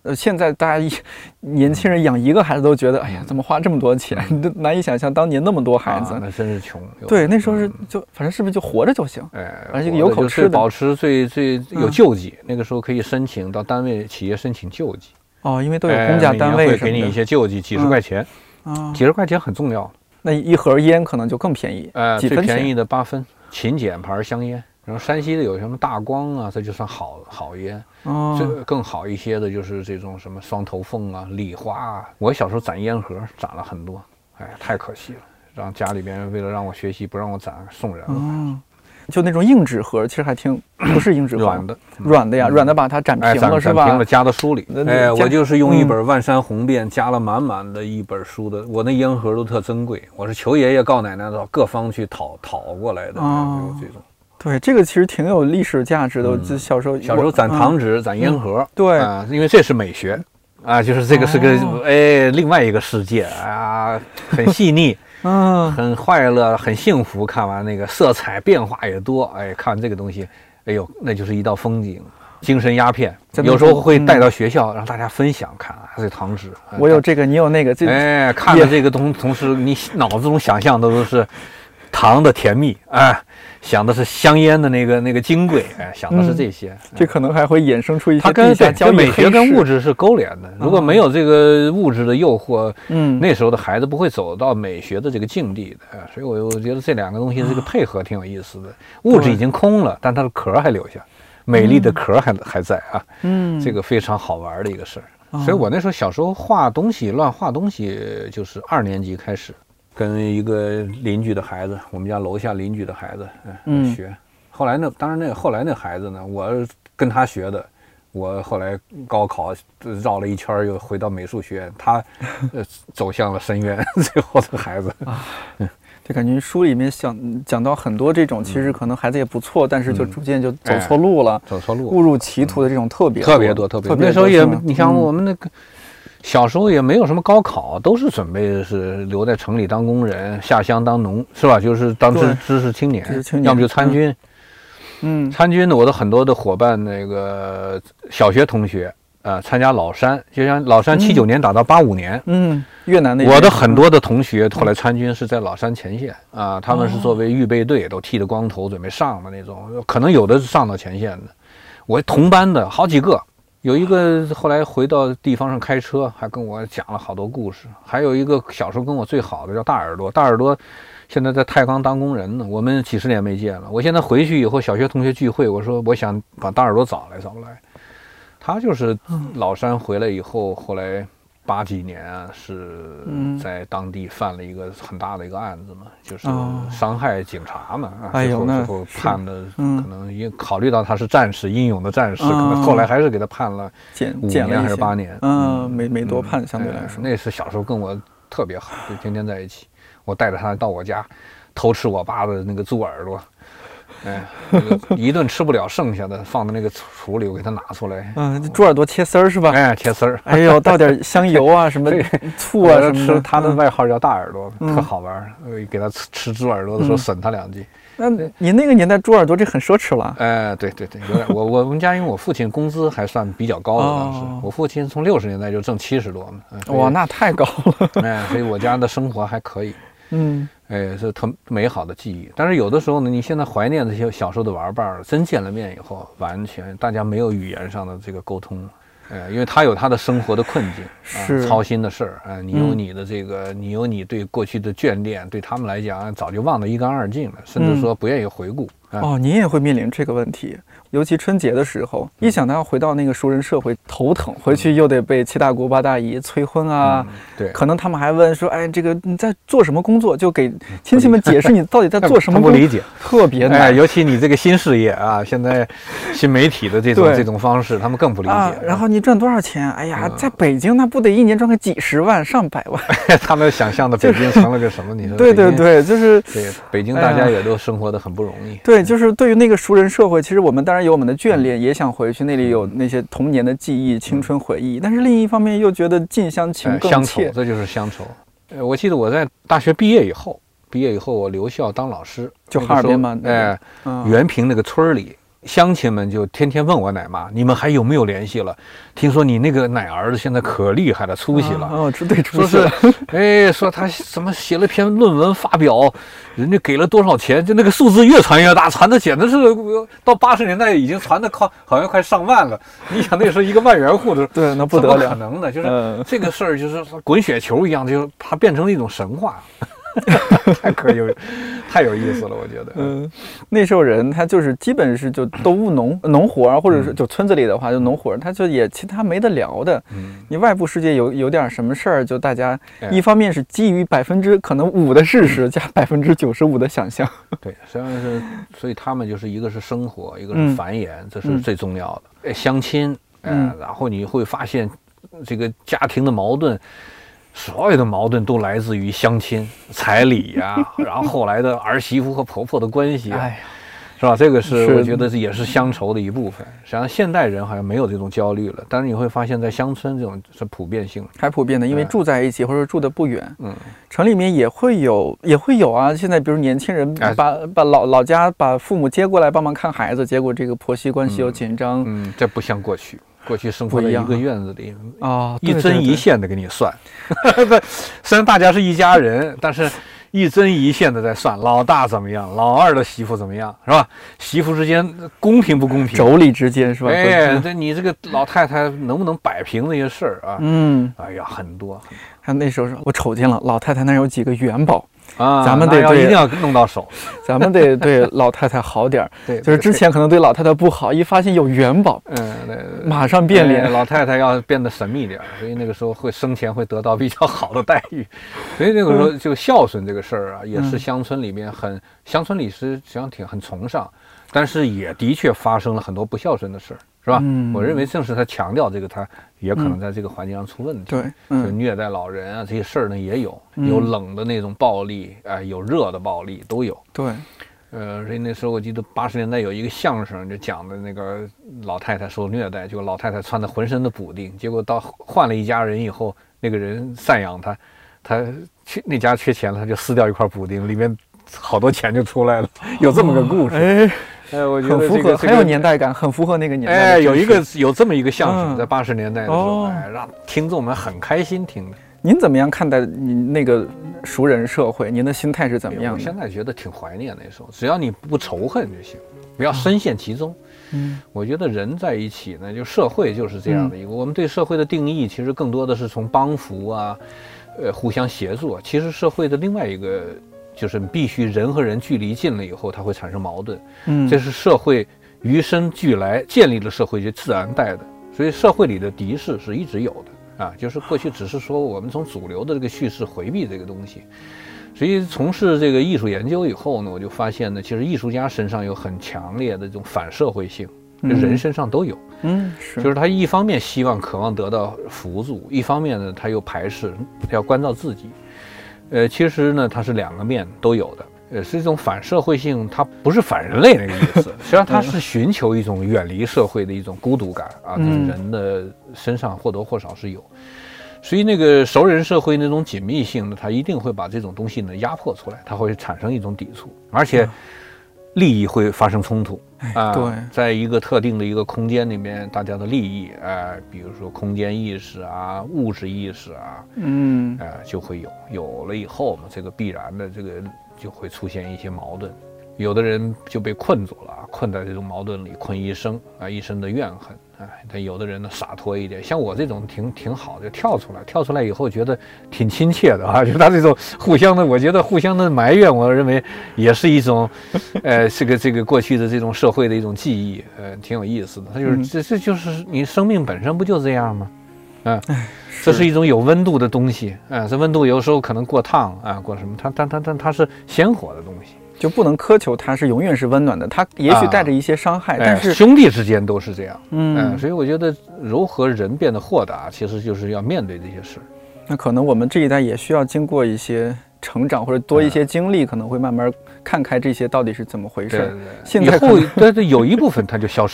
呃，现在大家一年轻人养一个孩子都觉得，哎呀，怎么花这么多钱？你都难以想象当年那么多孩子， 啊、那真是穷。 对，那时候是就反正是不是就活着就行， 哎， 而且有口吃的， 保持最最有救济、嗯。那个时候可以申请到单位企业申请救济。 哦，因为都有公家单位、 哎、会给你一些救济，几十块钱。 嗯、啊， 几十块钱很重要。 那一盒烟可能就更便宜， 呃， 几分钱最便宜的八分勤俭牌香烟。然后山西的有什么大光啊，这就算好好烟。哦，这更好一些的就是这种什么双头凤啊、礼花啊。我小时候攒烟盒攒了很多，哎，太可惜了。让家里边为了让我学习，不让我攒，送人了。 嗯，就那种硬纸盒，其实还挺不是硬纸盒， 软的， 软的呀，软的把它展平了、哎、是吧？ 展平了，夹到书里。哎，我就是用一本《万山红遍》夹了满满的一本书的，我那烟盒都特珍贵，我是求爷爷告奶奶到各方去讨讨过来的。哦，这种。 对，这个其实挺有历史价值的。 嗯、 就小时候， 小时候攒糖纸、嗯、攒烟盒， 嗯、对啊，因为这是美学啊，就是这个是个、哦、哎另外一个世界啊，很细腻，嗯，很快乐，很幸福。看完那个色彩变化也多，哎，看这个东西，哎呦，那就是一道风景。精神鸦片，有时候会带到学校、嗯、让大家分享看啊，这糖纸。 我有这个，你有那个，这哎，看了这个同同时，你脑子中想象的都是糖的甜蜜，哎。想的是香烟的那个那个金贵，哎，想的是这些， 嗯、这可能还会衍生出一些它跟跟美学跟物质是勾连的。如果没有这个物质的诱惑，嗯，那时候的孩子不会走到美学的这个境地的。所以我我觉得这两个东西这个配合挺有意思的。物质已经空了，但它的壳还留下，美丽的壳还、嗯、还在啊，嗯，这个非常好玩的一个事儿。所以我那时候小时候画东西，乱画东西，就是二年级开始。跟一个邻居的孩子，我们家楼下邻居的孩子，嗯，学。后来呢，当然那后来那孩子呢，我跟他学的，我后来高考绕了一圈，又回到美术学院，他呃走向了深渊。最后的孩子啊， 就感觉书里面讲讲到很多这种，其实可能孩子也不错，但是就逐渐就走错路了， 嗯哎、走错路， 误入歧途的这种特别特别多，特别多。那时候也，你像我们那个。小时候也没有什么高考，都是准备是留在城里当工人，下乡当农，是吧？就是当知知识青年， 青年要么就参军。 嗯， 参军的我的很多的伙伴，那个小学同学啊、呃，参加老山，就像老山七九年打到八五年， 嗯，越南那我的很多的同学后来参军是在老山前线啊，他们是作为预备队，都剃着光头准备上的那种，可能有的是上到前线的。我同班的好几个。有一个后来回到地方上开车，还跟我讲了好多故事。还有一个小时候跟我最好的叫大耳朵，大耳朵现在在太钢当工人呢，我们几十年没见了。我现在回去以后，小学同学聚会，我说我想把大耳朵找来，找不来。他就是老山回来以后，后来八几年啊，是在当地犯了一个很大的一个案子嘛，就是伤害警察嘛。 哎呦， 最后判的可能因考虑到他是战士，英勇的战士，可能后来还是给他判了五年还是八年。 嗯，没没多判，相对来说。 那是小时候跟我特别好，就天天在一起。我带着他到我家偷吃我爸的那个猪耳朵。哎，一顿吃不了，剩下的放在那个橱里，我给它拿出来。 嗯，猪耳朵切丝儿是吧？ 哎，切丝儿。 哎呦，倒点香油啊，什么醋啊，什么的。他的外号叫大耳朵，嗯、特好玩。给他吃吃猪耳朵的时候，损他两句。 那你那个年代猪耳朵这很奢侈了。 哎，对对对，有点。我我们家因为我父亲工资还算比较高的，当时、哦、我父亲从六十年代就挣七十多嘛。 哇，那太高了。 哎，所以我家的生活还可以。 嗯， 哎，是特美好的记忆。但是有的时候呢，你现在怀念这些小时候的玩伴，真见了面以后，完全大家没有语言上的这个沟通。呃，因为他有他的生活的困境， 是、 啊、操心的事儿，啊、呃，你有你的这个，嗯、你有你对过去的眷恋，对他们来讲早就忘得一干二净了，甚至说不愿意回顾。 嗯啊、哦，您也会面临这个问题，尤其春节的时候，一想到要回到那个熟人社会，头疼，回去又得被七大姑八大姨催婚啊， 嗯、对， 可能他们还问说，哎，这个你在做什么工作？就给亲戚们解释你到底在做什么工作， 不理解， 特别难、 哎。尤其你这个新事业啊，现在新媒体的这种这种方式，他们更不理解。 啊、然后你赚多少钱？哎呀，嗯、在北京那不得一年赚个几十万、上百万？ 他们想象的北京成了个什么？你说？ 对对对，就是对北京，大家也都生活得很不容易。 哎、对，就是对于那个熟人社会，其实我们当然有我们的眷恋，也想回去，那里有那些童年的记忆、青春回忆。但是另一方面又觉得近乡情更切， 乡愁，这就是乡愁。呃，我记得我在大学毕业以后，毕业以后我留校当老师， 就哈尔滨嘛， 哎，原平那个村里乡亲们就天天问我奶妈，你们还有没有联系了？听说你那个奶儿子现在可厉害了，出息了。 哦，出对出息了。 哎，说他怎么写了篇论文发表，人家给了多少钱？就那个数字越传越大，传的简直是到八十年代已经传的靠好像快上万了。你想那时候一个万元户的， 对，那不得了， 怎么可能的？就是、嗯、这个事儿，就是滚雪球一样，就是它变成了一种神话。太可有，太有意思了，我觉得。 嗯，那时候人他就是基本是就都务农农活，或者是就村子里的话就农活，他就也其他没得聊的。嗯，你外部世界有有点什么事儿，就大家一方面是基于百分之可能五的事实加百分之九十五的想象。 对，实际上是，所以他们就是一个是生活，一个是繁衍，嗯、这是最重要的。哎，相亲，嗯、呃，然后你会发现这个家庭的矛盾。所有的矛盾都来自于相亲、彩礼呀、啊，然后后来的儿媳妇和婆婆的关系、啊，哎呀，是吧？这个是我觉得也是乡愁的一部分。实际上，现代人好像没有这种焦虑了，但是你会发现在乡村这种是普遍性， 还普遍的，因为住在一起、嗯、或者住得不远。嗯，城里面也会有，也会有啊。现在比如年轻人把、哎、把老老家把父母接过来帮忙看孩子，结果这个婆媳关系又紧张。 嗯，嗯这不像过去。过去生活在一个院子里啊， 一针一线的给你算。虽然大家是一家人，但是一针一线的在算，老大怎么样，老二的媳妇怎么样，是吧？媳妇之间公平不公平？ 妯娌之间是吧？ 哎，这你这个老太太能不能摆平这些事儿啊？ 嗯， 哎呀，很多。 还有那时候我瞅见了老太太那有几个元宝。 啊， 咱们得对一定要弄到手， 咱们得对老太太好点儿。 对， 就是之前可能对老太太不好，一发现有元宝， 嗯，对， 马上变脸。 老太太要变得神秘点，所以那个时候会生前会得到比较好的待遇。所以那个时候就孝顺这个事儿啊，也是乡村里面很，乡村里是实际上挺很崇尚，但是也的确发生了很多不孝顺的事儿。是吧、嗯？我认为正是他强调这个，他也可能在这个环境上出问题。 对、嗯， 就虐待老人啊这些事儿呢也有，有冷的那种暴力，哎、呃，有热的暴力都有。 对， 呃，所以那时候我记得八十年代有一个相声，就讲的那个老太太受虐待，就老太太穿的浑身的补丁，结果到换了一家人以后，那个人赡养她，她缺那家缺钱了，他就撕掉一块补丁，里面好多钱就出来了，有这么个故事。 哎。 哎，我觉得、这个、 很符合，很有年代感，很符合那个年代。 哎，有一个有这么一个相声，在八十年代的时候，嗯、哎，让听众们很开心听的。 您怎么样看待你那个熟人社会？您的心态是怎么样的？ 我现在觉得挺怀念那时候，只要你不仇恨就行，不要深陷其中。嗯，我觉得人在一起呢，就社会就是这样的一个。嗯、我们对社会的定义，其实更多的是从帮扶啊，呃，互相协作。其实社会的另外一个。就是必须人和人距离近了以后，它会产生矛盾。嗯，这是社会与生俱来建立了社会就自然带的，所以社会里的敌视是一直有的啊。就是过去只是说我们从主流的这个叙事回避这个东西，所以从事这个艺术研究以后呢，我就发现呢，其实艺术家身上有很强烈的这种反社会性，人身上都有。 嗯，是， 就是他一方面希望渴望得到辅助，一方面呢他又排斥，他要关照自己。呃，其实呢，它是两个面都有的，呃，是一种反社会性，它不是反人类那个意思，实际上它是寻求一种远离社会的一种孤独感啊，这是人的身上或多或少是有，所以那个熟人社会那种紧密性呢，它一定会把这种东西呢压迫出来，它会产生一种抵触，而且利益会发生冲突啊、呃。对，在一个特定的一个空间里面，大家的利益，呃，比如说空间意识啊、物质意识啊，嗯，呃，就会有，有了以后嘛，这个必然的这个就会出现一些矛盾，有的人就被困住了，困在这种矛盾里，困一生啊，一生的怨恨。哎，但有的人呢洒脱一点，像我这种挺挺好的，跳出来，跳出来以后觉得挺亲切的啊，就他这种互相的，我觉得互相的埋怨，我认为也是一种，呃，这个这个过去的这种社会的一种记忆，呃，挺有意思的。他就是这这就是你生命本身不就这样吗？啊，这是一种有温度的东西啊，这温度有时候可能过烫啊，过什么，它它它它它是鲜活的东西。 就不能苛求它是永远是温暖的，它也许带着一些伤害，啊、但是、 哎、兄弟之间都是这样，嗯、呃，所以我觉得如何人变得豁达，其实就是要面对这些事。 那可能我们这一代也需要经过一些成长或者多一些经历，嗯、可能会慢慢看开这些到底是怎么回事。 对对对， 现在以后对对有一部分它就消失了，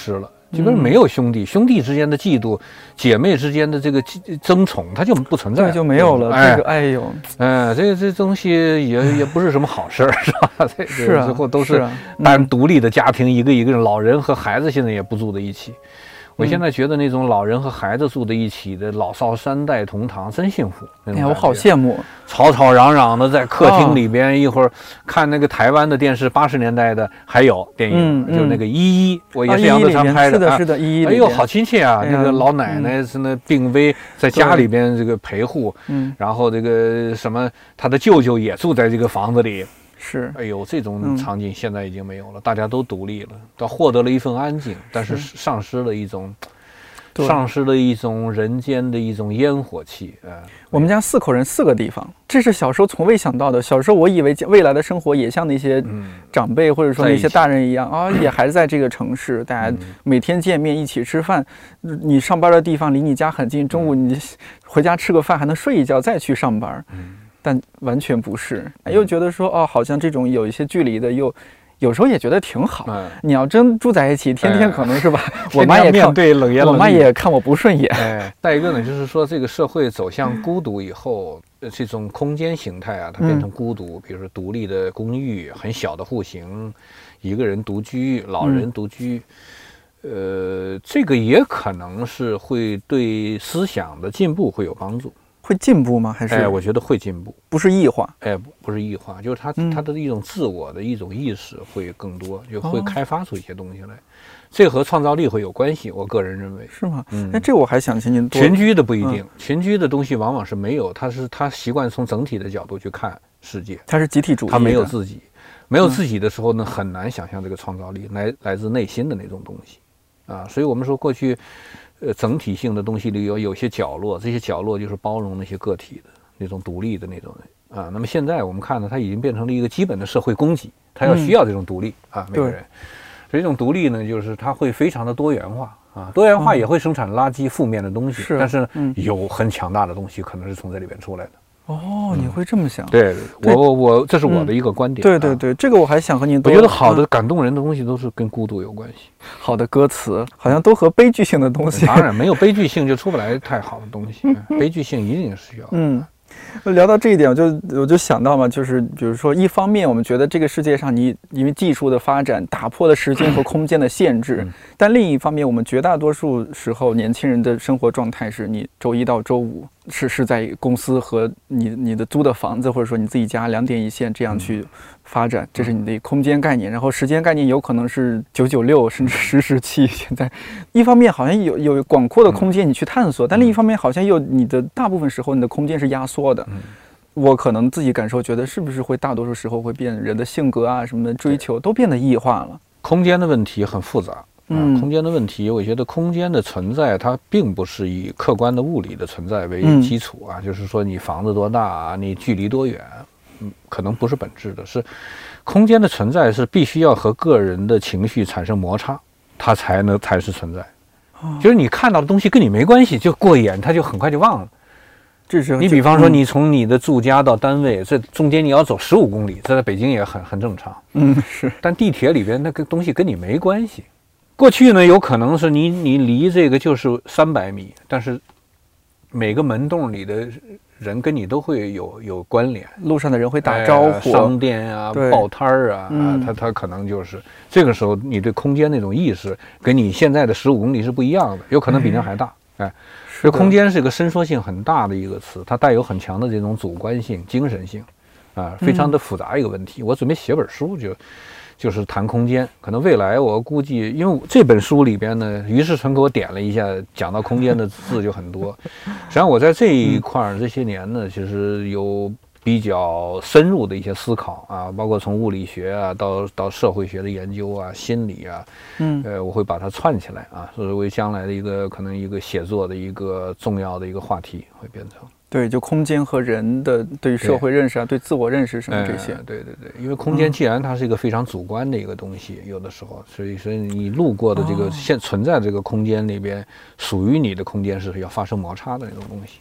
基本上没有兄弟，嗯、兄弟之间的嫉妒，姐妹之间的这个争宠，它就不存在， 就没有了。 哎、 这个，哎呦， 哎，这个这东西也也不是什么好事儿，是吧？这是啊， 最后都是当然独立的家庭，一个一个人，老人和孩子现在也不住在一起。我现在觉得那种老人和孩子住在一起的老少三代同堂真幸福。 哎呀，我好羡慕！ 吵吵嚷嚷的在客厅里边，哦、一会儿看那个台湾的电视，八十年代的还有电影，嗯、就那个《依依》，我也是杨德昌拍的。 是的，是的，《依依》。 哎呦，好亲切啊！那个老奶奶是那病危，在家里边这个陪护，嗯，然后这个什么，他的舅舅也住在这个房子里。 是， 哎呦，这种场景现在已经没有了，嗯、大家都独立了，都获得了一份安静，但是丧失了一种，丧失了一种人间的一种烟火气。呃， 我们家四口人，四个地方，这是小时候从未想到的。小时候我以为未来的生活也像那些长辈、嗯、或者说那些大人一样啊，也还是在这个城市，大家每天见面一起吃饭。嗯、你上班的地方离你家很近，中午你回家吃个饭还能睡一觉再去上班。嗯，但完全不是，又觉得说哦，好像这种有一些距离的，又有时候也觉得挺好。嗯、你要真住在一起，天天可能是吧，哎、我妈也面对冷言冷语， 我妈也看我不顺眼。 哎，再一个呢，就是说这个社会走向孤独以后，嗯、这种空间形态啊，它变成孤独，嗯、比如说独立的公寓、很小的户型、一个人独居、老人独居。嗯、呃，这个也可能是会对思想的进步会有帮助。 会进步吗？还是？ 哎，我觉得会进步， 不是异化。 哎，不不是异化，就是他、嗯、他的一种自我的一种意识会更多，就会开发出一些东西来。哦、这和创造力会有关系，我个人认为。 是吗？嗯，哎，这我还想请您多。 群居的不一定，嗯、群居的东西往往是没有，他是他习惯从整体的角度去看世界， 他是集体主义， 他没有自己，没有自己的时候呢，嗯、很难想象这个创造力来来自内心的那种东西，啊，所以我们说过去。呃，整体性的东西里有有些角落，这些角落就是包容那些个体的那种独立的那种人啊。那么现在我们看呢，它已经变成了一个基本的社会供给，它要需要这种独立、嗯、啊，每个人。所以这种独立呢，就是它会非常的多元化啊，多元化也会生产垃圾、负面的东西， 是但是有很强大的东西可能是从这里边出来的。 哦，你会这么想？ 对，我我我，这是我的一个观点。 对对对，这个我还想和您多。 我觉得好的、感动人的东西都是跟孤独有关系。 好的歌词好像都和悲剧性的东西。 当然，没有悲剧性就出不来太好的东西。悲剧性一定是需要。 嗯。聊到这一点，我就我就想到嘛，就是比如说，一方面我们觉得这个世界上你因为技术的发展打破了时间和空间的限制，嗯、但另一方面，我们绝大多数时候年轻人的生活状态是你周一到周五是是在公司和你你的租的房子或者说你自己家两点一线这样去发展，这是你的空间概念。然后时间概念有可能是九九六甚至十十七。现在一方面好像有有广阔的空间你去探索，但另一方面好像又你的大部分时候你的空间是压缩的。我可能自己感受觉得是不是会大多数时候会变，人的性格啊什么的追求都变得异化了。 空间的问题很复杂。嗯，空间的问题，我觉得空间的存在，它并不是以客观的物理的存在为基础啊，嗯、就是说你房子多大啊，你距离多远，嗯，可能不是本质的，是空间的存在是必须要和个人的情绪产生摩擦，它才能才是存在。哦、就是你看到的东西跟你没关系，就过眼，它就很快就忘了。 这是你比方说，你从你的住家到单位，这中间你要走十五公里，这在北京也很很正常。 嗯，是。 但地铁里边那个东西跟你没关系。过去呢，有可能是你你离这个就是三百米，但是每个门洞里的人跟你都会有有关联， 路上的人会打招呼， 哎、商店啊、报摊儿啊，嗯、啊，他他可能就是这个时候你对空间那种意识，跟你现在的十五公里是不一样的，有可能比那还大，哎。哎这空间是一个伸缩性很大的一个词，它带有很强的这种主观性、精神性，啊，非常的复杂一个问题。嗯、我准备写本书就，就就是谈空间。可能未来我估计，因为这本书里边呢，于世纯给我点了一下，讲到空间的字就很多。实际上我在这一块儿这些年呢，其实有比较深入的一些思考啊，包括从物理学啊到到社会学的研究啊、心理啊，嗯，呃，我会把它串起来啊，作为将来的一个可能一个写作的一个重要的一个话题会变成。 对，就空间和人的对于社会认识啊， 对, 对自我认识什么这些、 呃。对对对，因为空间既然它是一个非常主观的一个东西，嗯、有的时候，所以所以你路过的这个现存在这个空间里边，属于你的空间是要发生摩擦的那种东西。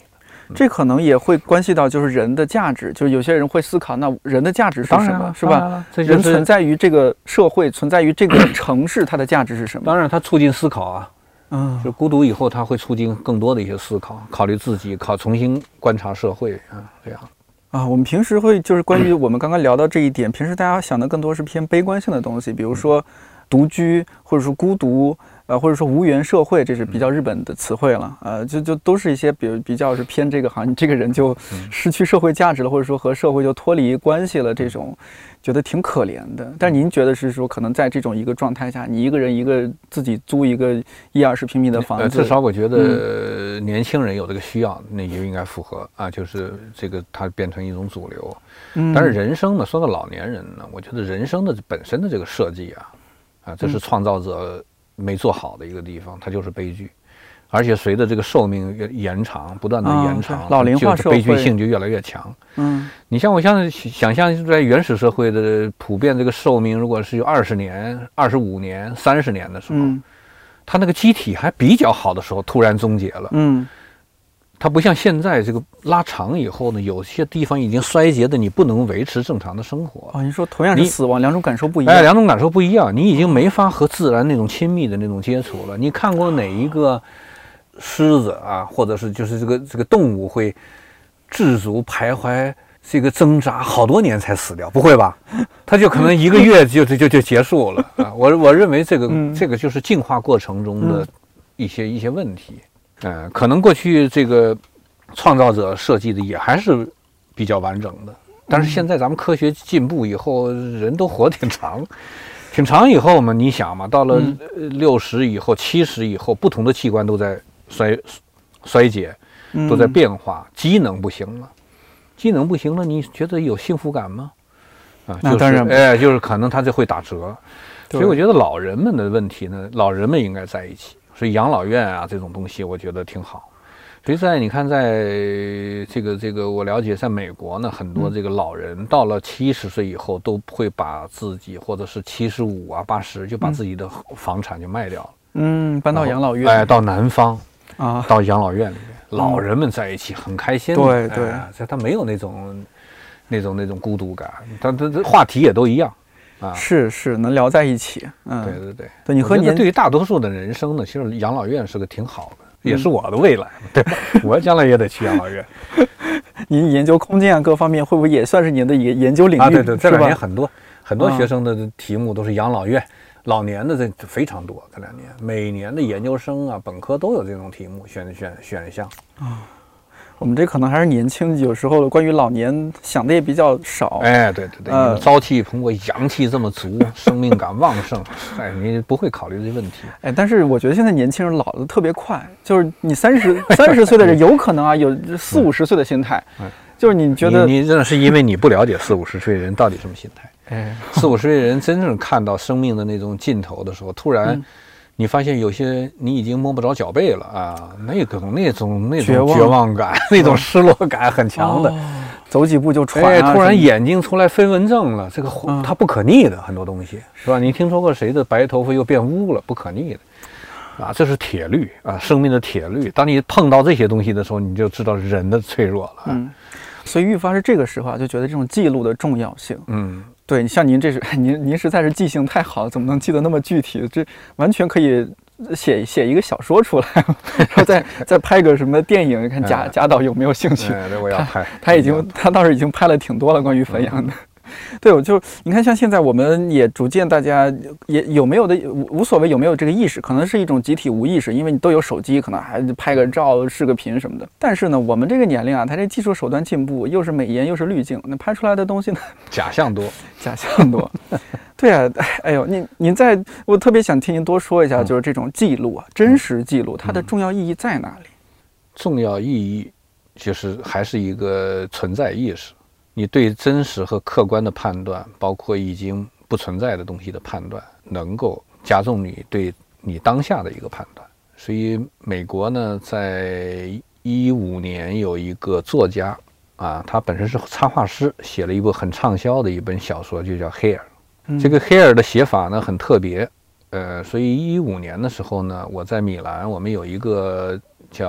这可能也会关系到就是人的价值，就是有些人会思考，那人的价值是什么，是吧？ 这就是、 人存在于这个社会，存在于这个城市，它的价值是什么？ 当然，它促进思考啊。 嗯， 就孤独以后，它会促进更多的一些思考，考虑自己，考重新观察社会啊，这样。 啊，我们平时会就是关于我们刚刚聊到这一点，平时大家想的更多是偏悲观性的东西，比如说独居，或者说孤独，呃，或者说无缘社会，这是比较日本的词汇了，呃，就就都是一些比如比较是偏这个，好像你这个人就失去社会价值了，或者说和社会就脱离关系了，这种觉得挺可怜的。但您觉得是说，可能在这种一个状态下，你一个人一个自己租一个一二十平米的房子， 呃、至少我觉得年轻人有这个需要，嗯、那就应该符合啊，就是这个它变成一种主流。嗯，但是人生呢，说到老年人呢，我觉得人生的本身的这个设计啊，啊，这是创造者没做好的一个地方，它就是悲剧，而且随着这个寿命延长，不断的延长， 啊、老龄化社会， 悲剧性就越来越强。 嗯， 你像我像想象在原始社会的普遍这个寿命，如果是有二十年、二十五年、三十年的时候，嗯，它那个机体还比较好的时候，突然终结了。 嗯， 它不像现在这个拉长以后呢，有些地方已经衰竭的，你不能维持正常的生活。 哦，你说同样是死亡，两种感受不一样。 哎，两种感受不一样，你已经没法和自然那种亲密的那种接触了。你看过哪一个狮子啊，或者是就是这个这个动物会自足徘徊这个挣扎好多年才死掉？不会吧？它就可能一个月就就就就结束了啊！我我认为这个、嗯、这个就是进化过程中的一些、嗯、一些问题。呃，可能过去这个创造者设计的也还是比较完整的，但是现在咱们科学进步以后，人都活挺长，挺长以后嘛，你想嘛，到了六十以后、七十以后，不同的器官都在衰衰竭，都在变化，机能不行了，机能不行了，你觉得有幸福感吗？啊，就是当然， 哎，就是可能它就会打折，所以我觉得老人们的问题呢，老人们应该在一起。所以养老院啊这种东西，我觉得挺好。所以在你看，在这个这个我了解，在美国呢，很多这个老人到了七十岁以后，都会把自己或者是七十五啊、八十就把自己的房产就卖掉了， 嗯，搬到养老院， 哎，到南方啊， 到养老院里面，老人们在一起很开心， 对对， 哎，他没有那种那种那种孤独感，他他这话题也都一样。啊， 是是能聊在一起，嗯， 对对对， 对你和你对于大多数的人生呢，其实养老院是个挺好的，嗯、也是我的未来，对吧？我将来也得去养老院。 您研究空间啊，各方面会不会也算是您的一个研究领域？ 啊，对对，这两年很多很多学生的题目都是养老院、啊、老年的这非常多，这两年每年的研究生啊、本科都有这种题目选选选项啊。我们这可能还是年轻，有时候关于老年想的也比较少。 哎，对对对，呃、你朝气蓬勃，阳气这么足，生命感旺盛，哎，你不会考虑这问题。 哎，但是我觉得现在年轻人老得特别快，就是你三十三十岁的人，有可能啊有四五十岁的心态，嗯、就是你觉得你真的是因为你不了解四五十岁的人到底什么心态。哎，四五十岁的人真正看到生命的那种尽头的时候，突然。嗯你发现有些你已经摸不着脚背了啊，那种那种那种绝望感，那种失落感很强的，哦、 走几步就喘、啊哎，突然眼睛出来飞蚊症了，这个它不可逆的很多东西，是吧？你听说过谁的白头发又变乌了？不可逆的，啊，这是铁律啊，生命的铁律。当你碰到这些东西的时候，你就知道人的脆弱了。 嗯，所以愈发是这个时候啊，就觉得这种记录的重要性。 嗯。 对，像您这是您您实在是记性太好了，怎么能记得那么具体？这完全可以写写一个小说出来，然后再再拍个什么电影，看贾贾导有没有兴趣？ 哎，对，我要拍。 他他已经他倒是已经拍了挺多了关于汾阳的。对，我就你看，像现在我们也逐渐，大家也有没有的无无所谓有没有这个意识，可能是一种集体无意识，因为你都有手机，可能还拍个照、视个频什么的。但是呢，我们这个年龄啊，它这技术手段进步，又是美颜又是滤镜，那拍出来的东西呢， 假象多， 假象多。对啊，哎呦，您您在，我特别想听您多说一下，就是这种记录啊，真实记录，它的重要意义在哪里？ 重要意义就是还是一个存在意识。你对真实和客观的判断，包括已经不存在的东西的判断，能够加重你对你当下的一个判断。所以美国呢，在一五年有一个作家啊，他本身是插画师，写了一部很畅销的一本小说，就叫《Hair》。嗯、这个 Hair 的写法呢很特别，呃，所以一五年的时候呢，我在米兰，我们有一个叫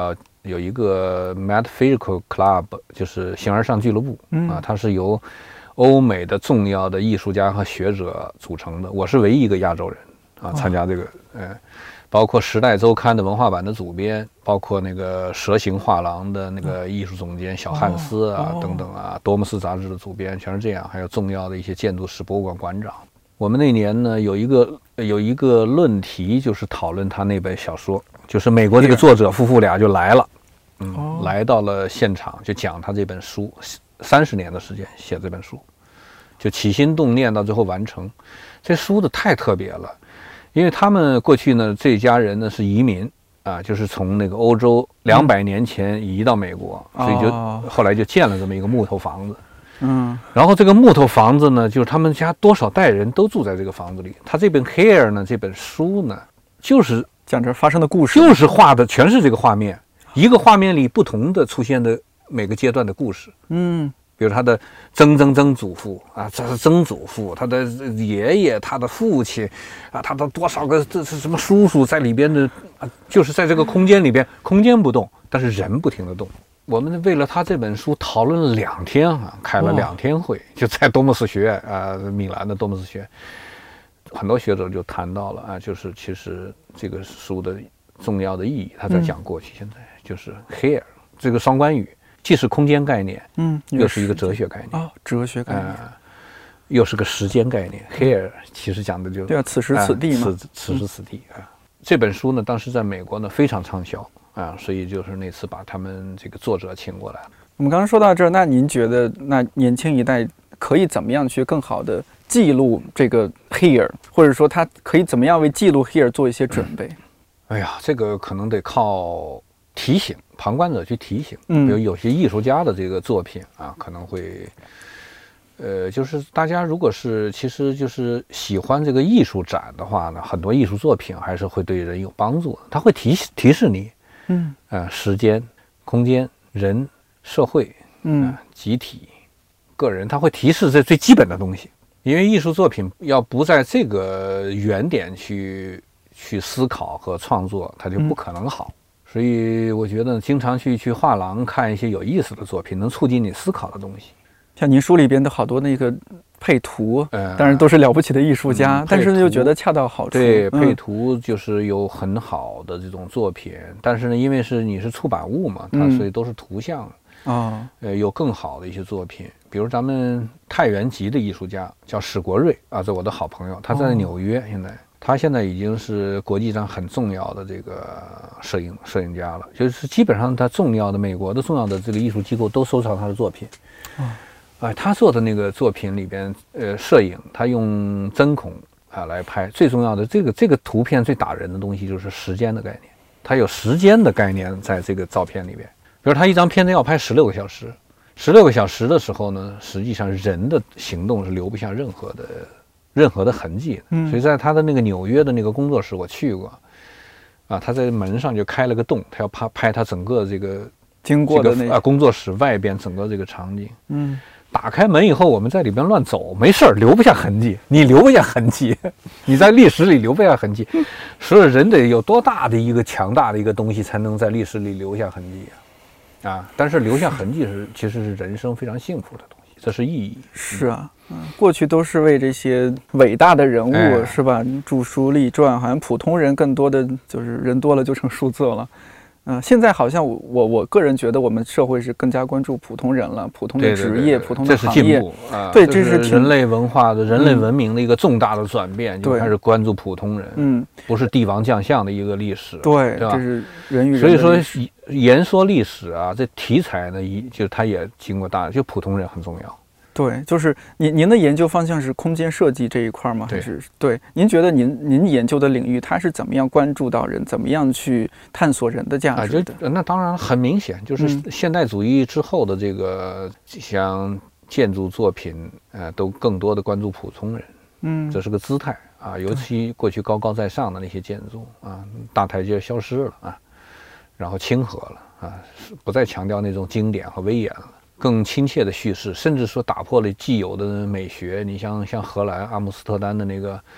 有一个 Metaphysical Club， 就是形而上俱乐部、嗯、啊，它是由欧美的重要的艺术家和学者组成的。我是唯一一个亚洲人啊，参加这个，嗯、哦呃，包括《时代周刊》的文化版的主编，包括那个蛇形画廊的那个艺术总监小汉斯啊、哦、等等啊，《多姆斯》杂志的主编全是这样，还有重要的一些建筑史博物馆馆长。我们那年呢有一个有一个论题，就是讨论他那本小说，就是美国这个作者夫妇俩就来了，嗯，哦、来到了现场，就讲他这本书，三十年的时间写这本书，就起心动念到最后完成。这书的太特别了，因为他们过去呢，这家人呢是移民啊，就是从那个欧洲两百年前移到美国，嗯、所以就、哦、后来就建了这么一个木头房子。嗯，然后这个木头房子呢，就是他们家多少代人都住在这个房子里。他这本《Hair》呢，这本书呢，就是讲这发生的故事， 就是画的全是这个画面，一个画面里不同的出现的每个阶段的故事。嗯，比如他的曾曾曾祖父啊，这是曾祖父，他的爷爷，他的父亲啊，他的多少个这是什么叔叔在里边的啊，就是在这个空间里边，空间不动，但是人不停地动。我们为了他这本书讨论了两天啊，开了两天会，就在多姆斯学院啊，米兰的多姆斯学院，很多学者就谈到了啊，就是其实这个书的重要的意义，他在讲过去，嗯、现在就是 here 这个双关语，既是空间概念，嗯，又是一个哲学概念啊、哦，哲学概念、呃， 又是个时间概念。here 其实讲的就对啊，此时此地嘛， 呃、此此时此地啊。这本书呢，当时在美国呢非常畅销。啊，所以就是那次把他们这个作者请过来。 我们刚刚说到这儿，那您觉得那年轻一代可以怎么样去更好的记录这个 here， 或者说他可以怎么样为记录 here 做一些准备？嗯、 哎呀，这个可能得靠提醒旁观者去提醒，嗯，比如有些艺术家的这个作品啊，可能会，呃，就是大家如果是其实就是喜欢这个艺术展的话呢，很多艺术作品还是会对人有帮助的，他会提提示你。嗯，啊、呃，时间、空间、人、社会，嗯、呃，集体、个人，它会提示这最基本的东西。因为艺术作品要不在这个原点去去思考和创作，它就不可能好。嗯、所以我觉得经常去去画廊看一些有意思的作品，能促进你思考的东西。 像您书里边的好多那个配图，呃、当然都是了不起的艺术家，嗯、但是呢又觉得恰到好处。 对，配图就是有很好的这种作品，嗯、但是呢，因为是你是出版物嘛，它所以都是图像啊，嗯、呃，有更好的一些作品，比如咱们太原籍的艺术家叫史国瑞啊，这我的好朋友，他在纽约，现在、哦、他现在已经是国际上很重要的这个摄影摄影家了，就是基本上他重要的美国的重要的这个艺术机构都收藏他的作品。哦哎，他做的那个作品里边，呃，摄影他用针孔啊来拍，最重要的这个这个图片最打人的东西就是时间的概念，它有时间的概念在这个照片里边。比如他一张片子要拍十六个小时，十六个小时的时候呢，实际上人的行动是留不下任何的任何的痕迹的。嗯，所以在他的那个纽约的那个工作室，我去过，啊，他在门上就开了个洞，他要拍拍他整个这个经过的那个啊工作室外边整个这个场景。嗯。打开门以后，我们在里边乱走，没事儿，留不下痕迹。你留不下痕迹，你在历史里留不下痕迹。所以人得有多大的一个强大的一个东西，才能在历史里留下痕迹啊？啊！但是留下痕迹是其实是人生非常幸福的东西，这是意义。 是啊，嗯，过去都是为这些伟大的人物、哎、是吧？著书立传，好像普通人更多的就是人多了就成数字了。嗯、呃，现在好像我我我个人觉得我们社会是更加关注普通人了，普通的职业， 对对对普通的行业， 这是进步啊， 对，这是人类文化的、人类文明的一个重大的转变，嗯、就开始关注普通人，嗯，不是帝王将相的一个历史， 对， 对吧？ 这是人与人的历史。所以说，言说历史啊，这题材呢，一就它也经过大，就普通人很重要。 对，就是您您的研究方向是空间设计这一块吗？还是对？您觉得您您研究的领域，它是怎么样关注到人，怎么样去探索人的价值的？ 啊、就那当然很明显，就是现代主义之后的这个、嗯、像建筑作品，呃，都更多的关注普通人。嗯，这是个姿态啊，尤其过去高高在上的那些建筑啊，大台阶消失了啊，然后亲和了啊，不再强调那种经典和威严了。更亲切的叙事，甚至说打破了既有的美学。你像像荷兰阿姆斯特丹的那个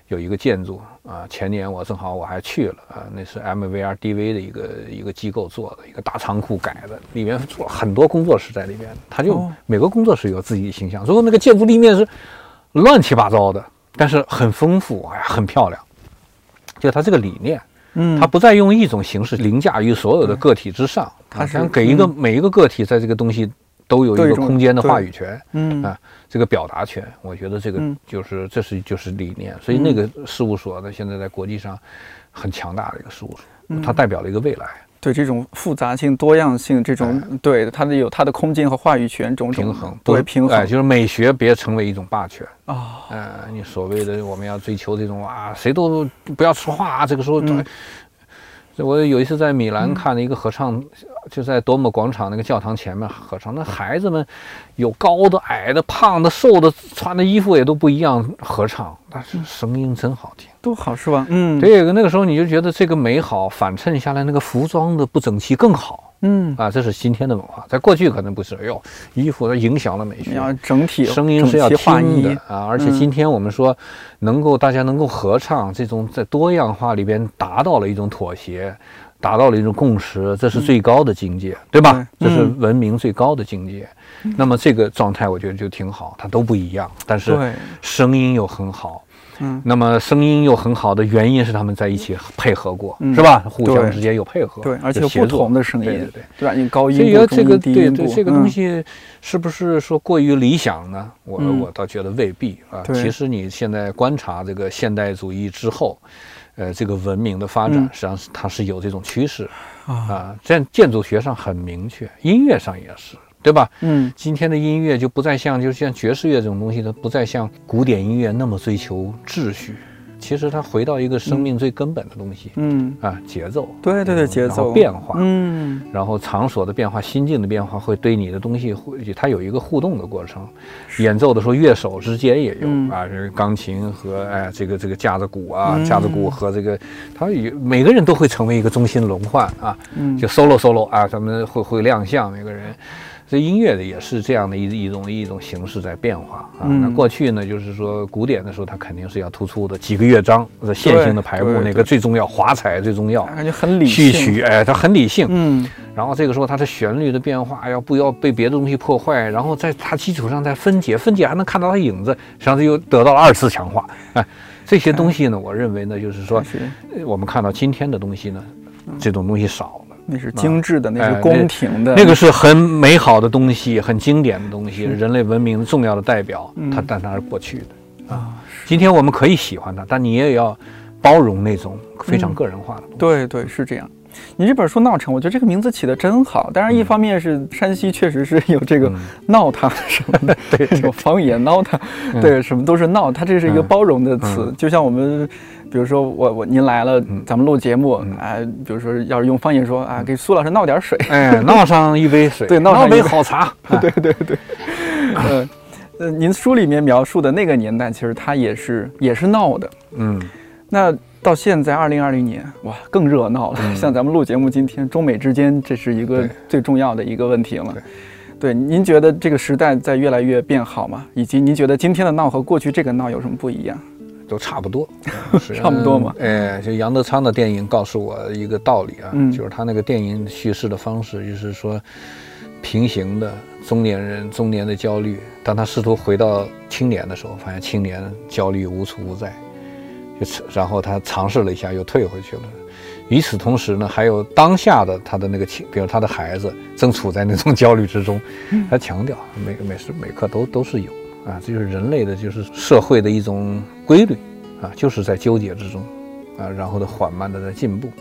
有一个建筑啊，前年我正好我还去了啊，那是 M V R D V 的一个一个机构做的一个大仓库改的，里面做了很多工作室在里边，他就每个工作室有自己的形象，如果那个建筑立面是乱七八糟的，但是很丰富，哎呀，很漂亮，就他这个理念。嗯，他不再用一种形式凌驾于所有的个体之上，他想给一个、嗯、每一个个体在这个东西都有一个空间的话语权，嗯啊，这个表达权，我觉得这个就是、嗯、这是就是理念，所以那个事务所呢，现在在国际上很强大的一个事务所，嗯、它代表了一个未来。 对这种复杂性、多样性，这种、哎、对它的有它的空间和话语权，种种平衡， 对平衡， 哎，就是美学别成为一种霸权啊，哦、呃，你所谓的我们要追求这种啊，谁都不要说话，这个时候。嗯我有一次在米兰看了一个合唱，嗯、就在多姆广场那个教堂前面合唱，那孩子们有高的、矮的、胖的、瘦的，穿的衣服也都不一样合唱，但是声音真好听， 都好是吧？嗯， 对，那个时候你就觉得这个美好反衬下来，那个服装的不整齐更好。嗯啊，这是今天的文化，在过去可能不是。哎呦，衣服影响了美学， 要整体， 声音是要听的啊。而且今天我们说，能够大家能够合唱，这种在多样化里边达到了一种妥协，达到了一种共识，这是最高的境界，对吧？这是文明最高的境界。那么这个状态，我觉得就挺好，它都不一样，但是声音又很好。嗯，那么声音又很好的原因是他们在一起配合过，嗯、是吧？互相之间有配合， 对，而且有不同的声音， 对对对， 对吧？你高音部、 中音、低音部， 对对，这个东西是不是说过于理想呢？我、嗯、我倒觉得未必啊。其实你现在观察这个现代主义之后，呃，这个文明的发展，实际上是它是有这种趋势、嗯、啊。在建筑学上很明确，音乐上也是。对吧？嗯，今天的音乐就不再像，就像爵士乐这种东西，它不再像古典音乐那么追求秩序。其实它回到一个生命最根本的东西，嗯啊，节奏， 对对对，节奏变化，嗯，然后场所的变化、心境的变化，会对你的东西会，它有一个互动的过程。演奏的时候，乐手之间也有、嗯、啊，这个钢琴和哎这个这个架子鼓啊，嗯、架子鼓和这个，它有每个人都会成为一个中心轮换啊，嗯，就 solo solo 啊，咱们会会亮相每个人。这音乐的也是这样的一一种一种形式在变化啊。嗯、那过去呢，就是说古典的时候，它肯定是要突出的几个乐章，这线性的排布，哪个最重要，华彩最重要， 感觉很理性。 序曲，哎，它很理性。嗯。然后这个时候，它的旋律的变化要不要被别的东西破坏？然后在它基础上再分解，分解还能看到它影子，实际上又得到了二次强化。哎，这些东西呢，我认为呢，就是说，我们看到今天的东西呢，这种东西少了。 那是精致的，啊、那是宫廷的、 哎那，那个是很美好的东西，很经典的东西，人类文明重要的代表。嗯、它但它是过去的啊。今天我们可以喜欢它，但你也要包容那种非常个人化的东西。嗯、 对对，是这样。你这本书《闹城》，我觉得这个名字起得真好。当然，一方面是山西确实是有这个闹腾什么的，嗯、对，有方言闹腾，嗯、对，什么都是闹。它这是一个包容的词，嗯、就像我们。比如说我我您来了，咱们录节目啊、嗯呃，比如说要是用方言说啊，给苏老师闹点水， 哎，闹上一杯水， 对， 闹上一杯好茶， 对对对，呃呃，您书里面描述的那个年代，其实它也是也是闹的，嗯，那到现在二零二零年，哇，更热闹了。嗯、像咱们录节目，今天中美之间，这是一个最重要的一个问题了。对，您觉得这个时代在越来越变好吗？以及您觉得今天的闹和过去这个闹有什么不一样？ 都差不多， 差不多嘛。 哎，就杨德昌的电影告诉我一个道理啊，嗯、就是他那个电影叙事的方式，就是说平行的中年人中年的焦虑，当他试图回到青年的时候，发现青年焦虑无处不在，就然后他尝试了一下，又退回去了。与此同时呢，还有当下的他的那个情，比如他的孩子正处在那种焦虑之中，他强调每个每时每刻都都是有。啊，这就是人类的，就是社会的一种规律，啊，就是在纠结之中，啊，然后的缓慢的在进步。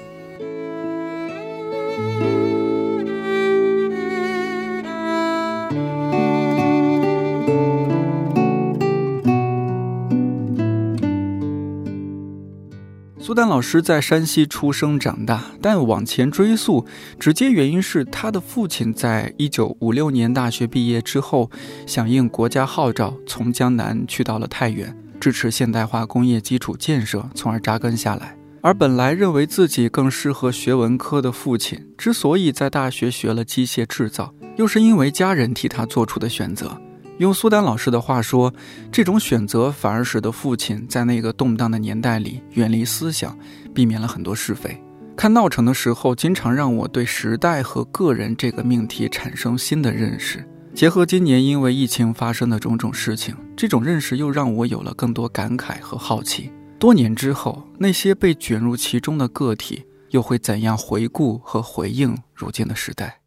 苏丹老师在山西出生长大，但往前追溯，直接原因是他的父亲在一九五六年大学毕业之后，响应国家号召，从江南去到了太原，支持现代化工业基础建设，从而扎根下来。而本来认为自己更适合学文科的父亲，之所以在大学学了机械制造，又是因为家人替他做出的选择。 用苏丹老师的话说，这种选择反而使得父亲在那个动荡的年代里远离思想，避免了很多是非。看闹城的时候，经常让我对时代和个人这个命题产生新的认识。结合今年因为疫情发生的种种事情，这种认识又让我有了更多感慨和好奇。多年之后，那些被卷入其中的个体又会怎样回顾和回应如今的时代？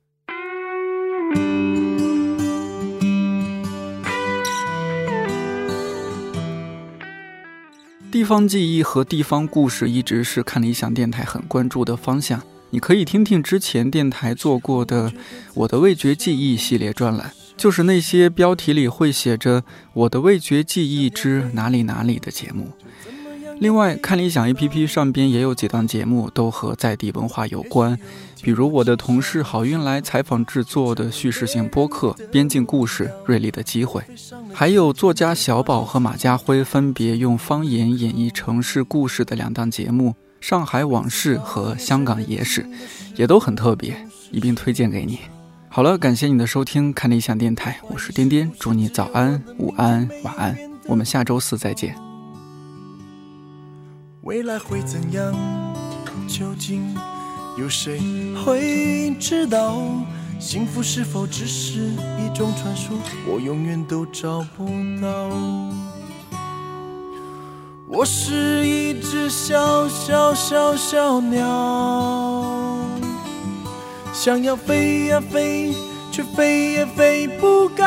地方记忆和地方故事一直是看理想电台很关注的方向，你可以听听之前电台做过的我的味觉记忆系列专栏，就是那些标题里会写着我的味觉记忆之哪里哪里的节目。另外，看理想 A P P 上边也有几档节目都和在地文化有关，比如我的同事郝运来采访制作的叙事性播客《边境故事：锐利的机会》，还有作家小宝和马家辉分别用方言演绎城市故事的两档节目《上海往事》和《香港野史》，也都很特别，一并推荐给你。好了，感谢你的收听，看理想电台，我是颠颠，祝你早安、午安、晚安，我们下周四再见。 未来会怎样？究竟有谁会知道？幸福是否只是一种传说？我永远都找不到。我是一只小小小小鸟，想要飞呀飞，却飞也飞不高。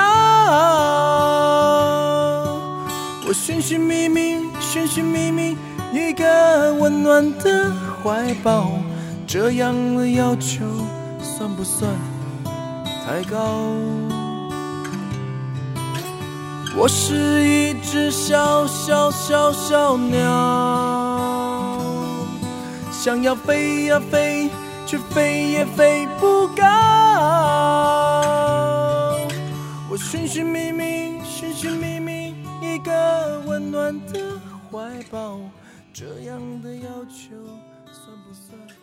我寻寻觅觅，寻寻觅觅一个温暖的怀抱，这样的要求算不算太高？我是一只小小小小鸟，想要飞呀飞，却飞也飞不高。我寻寻觅觅，寻寻觅觅一个温暖的怀抱，这样的要求算不算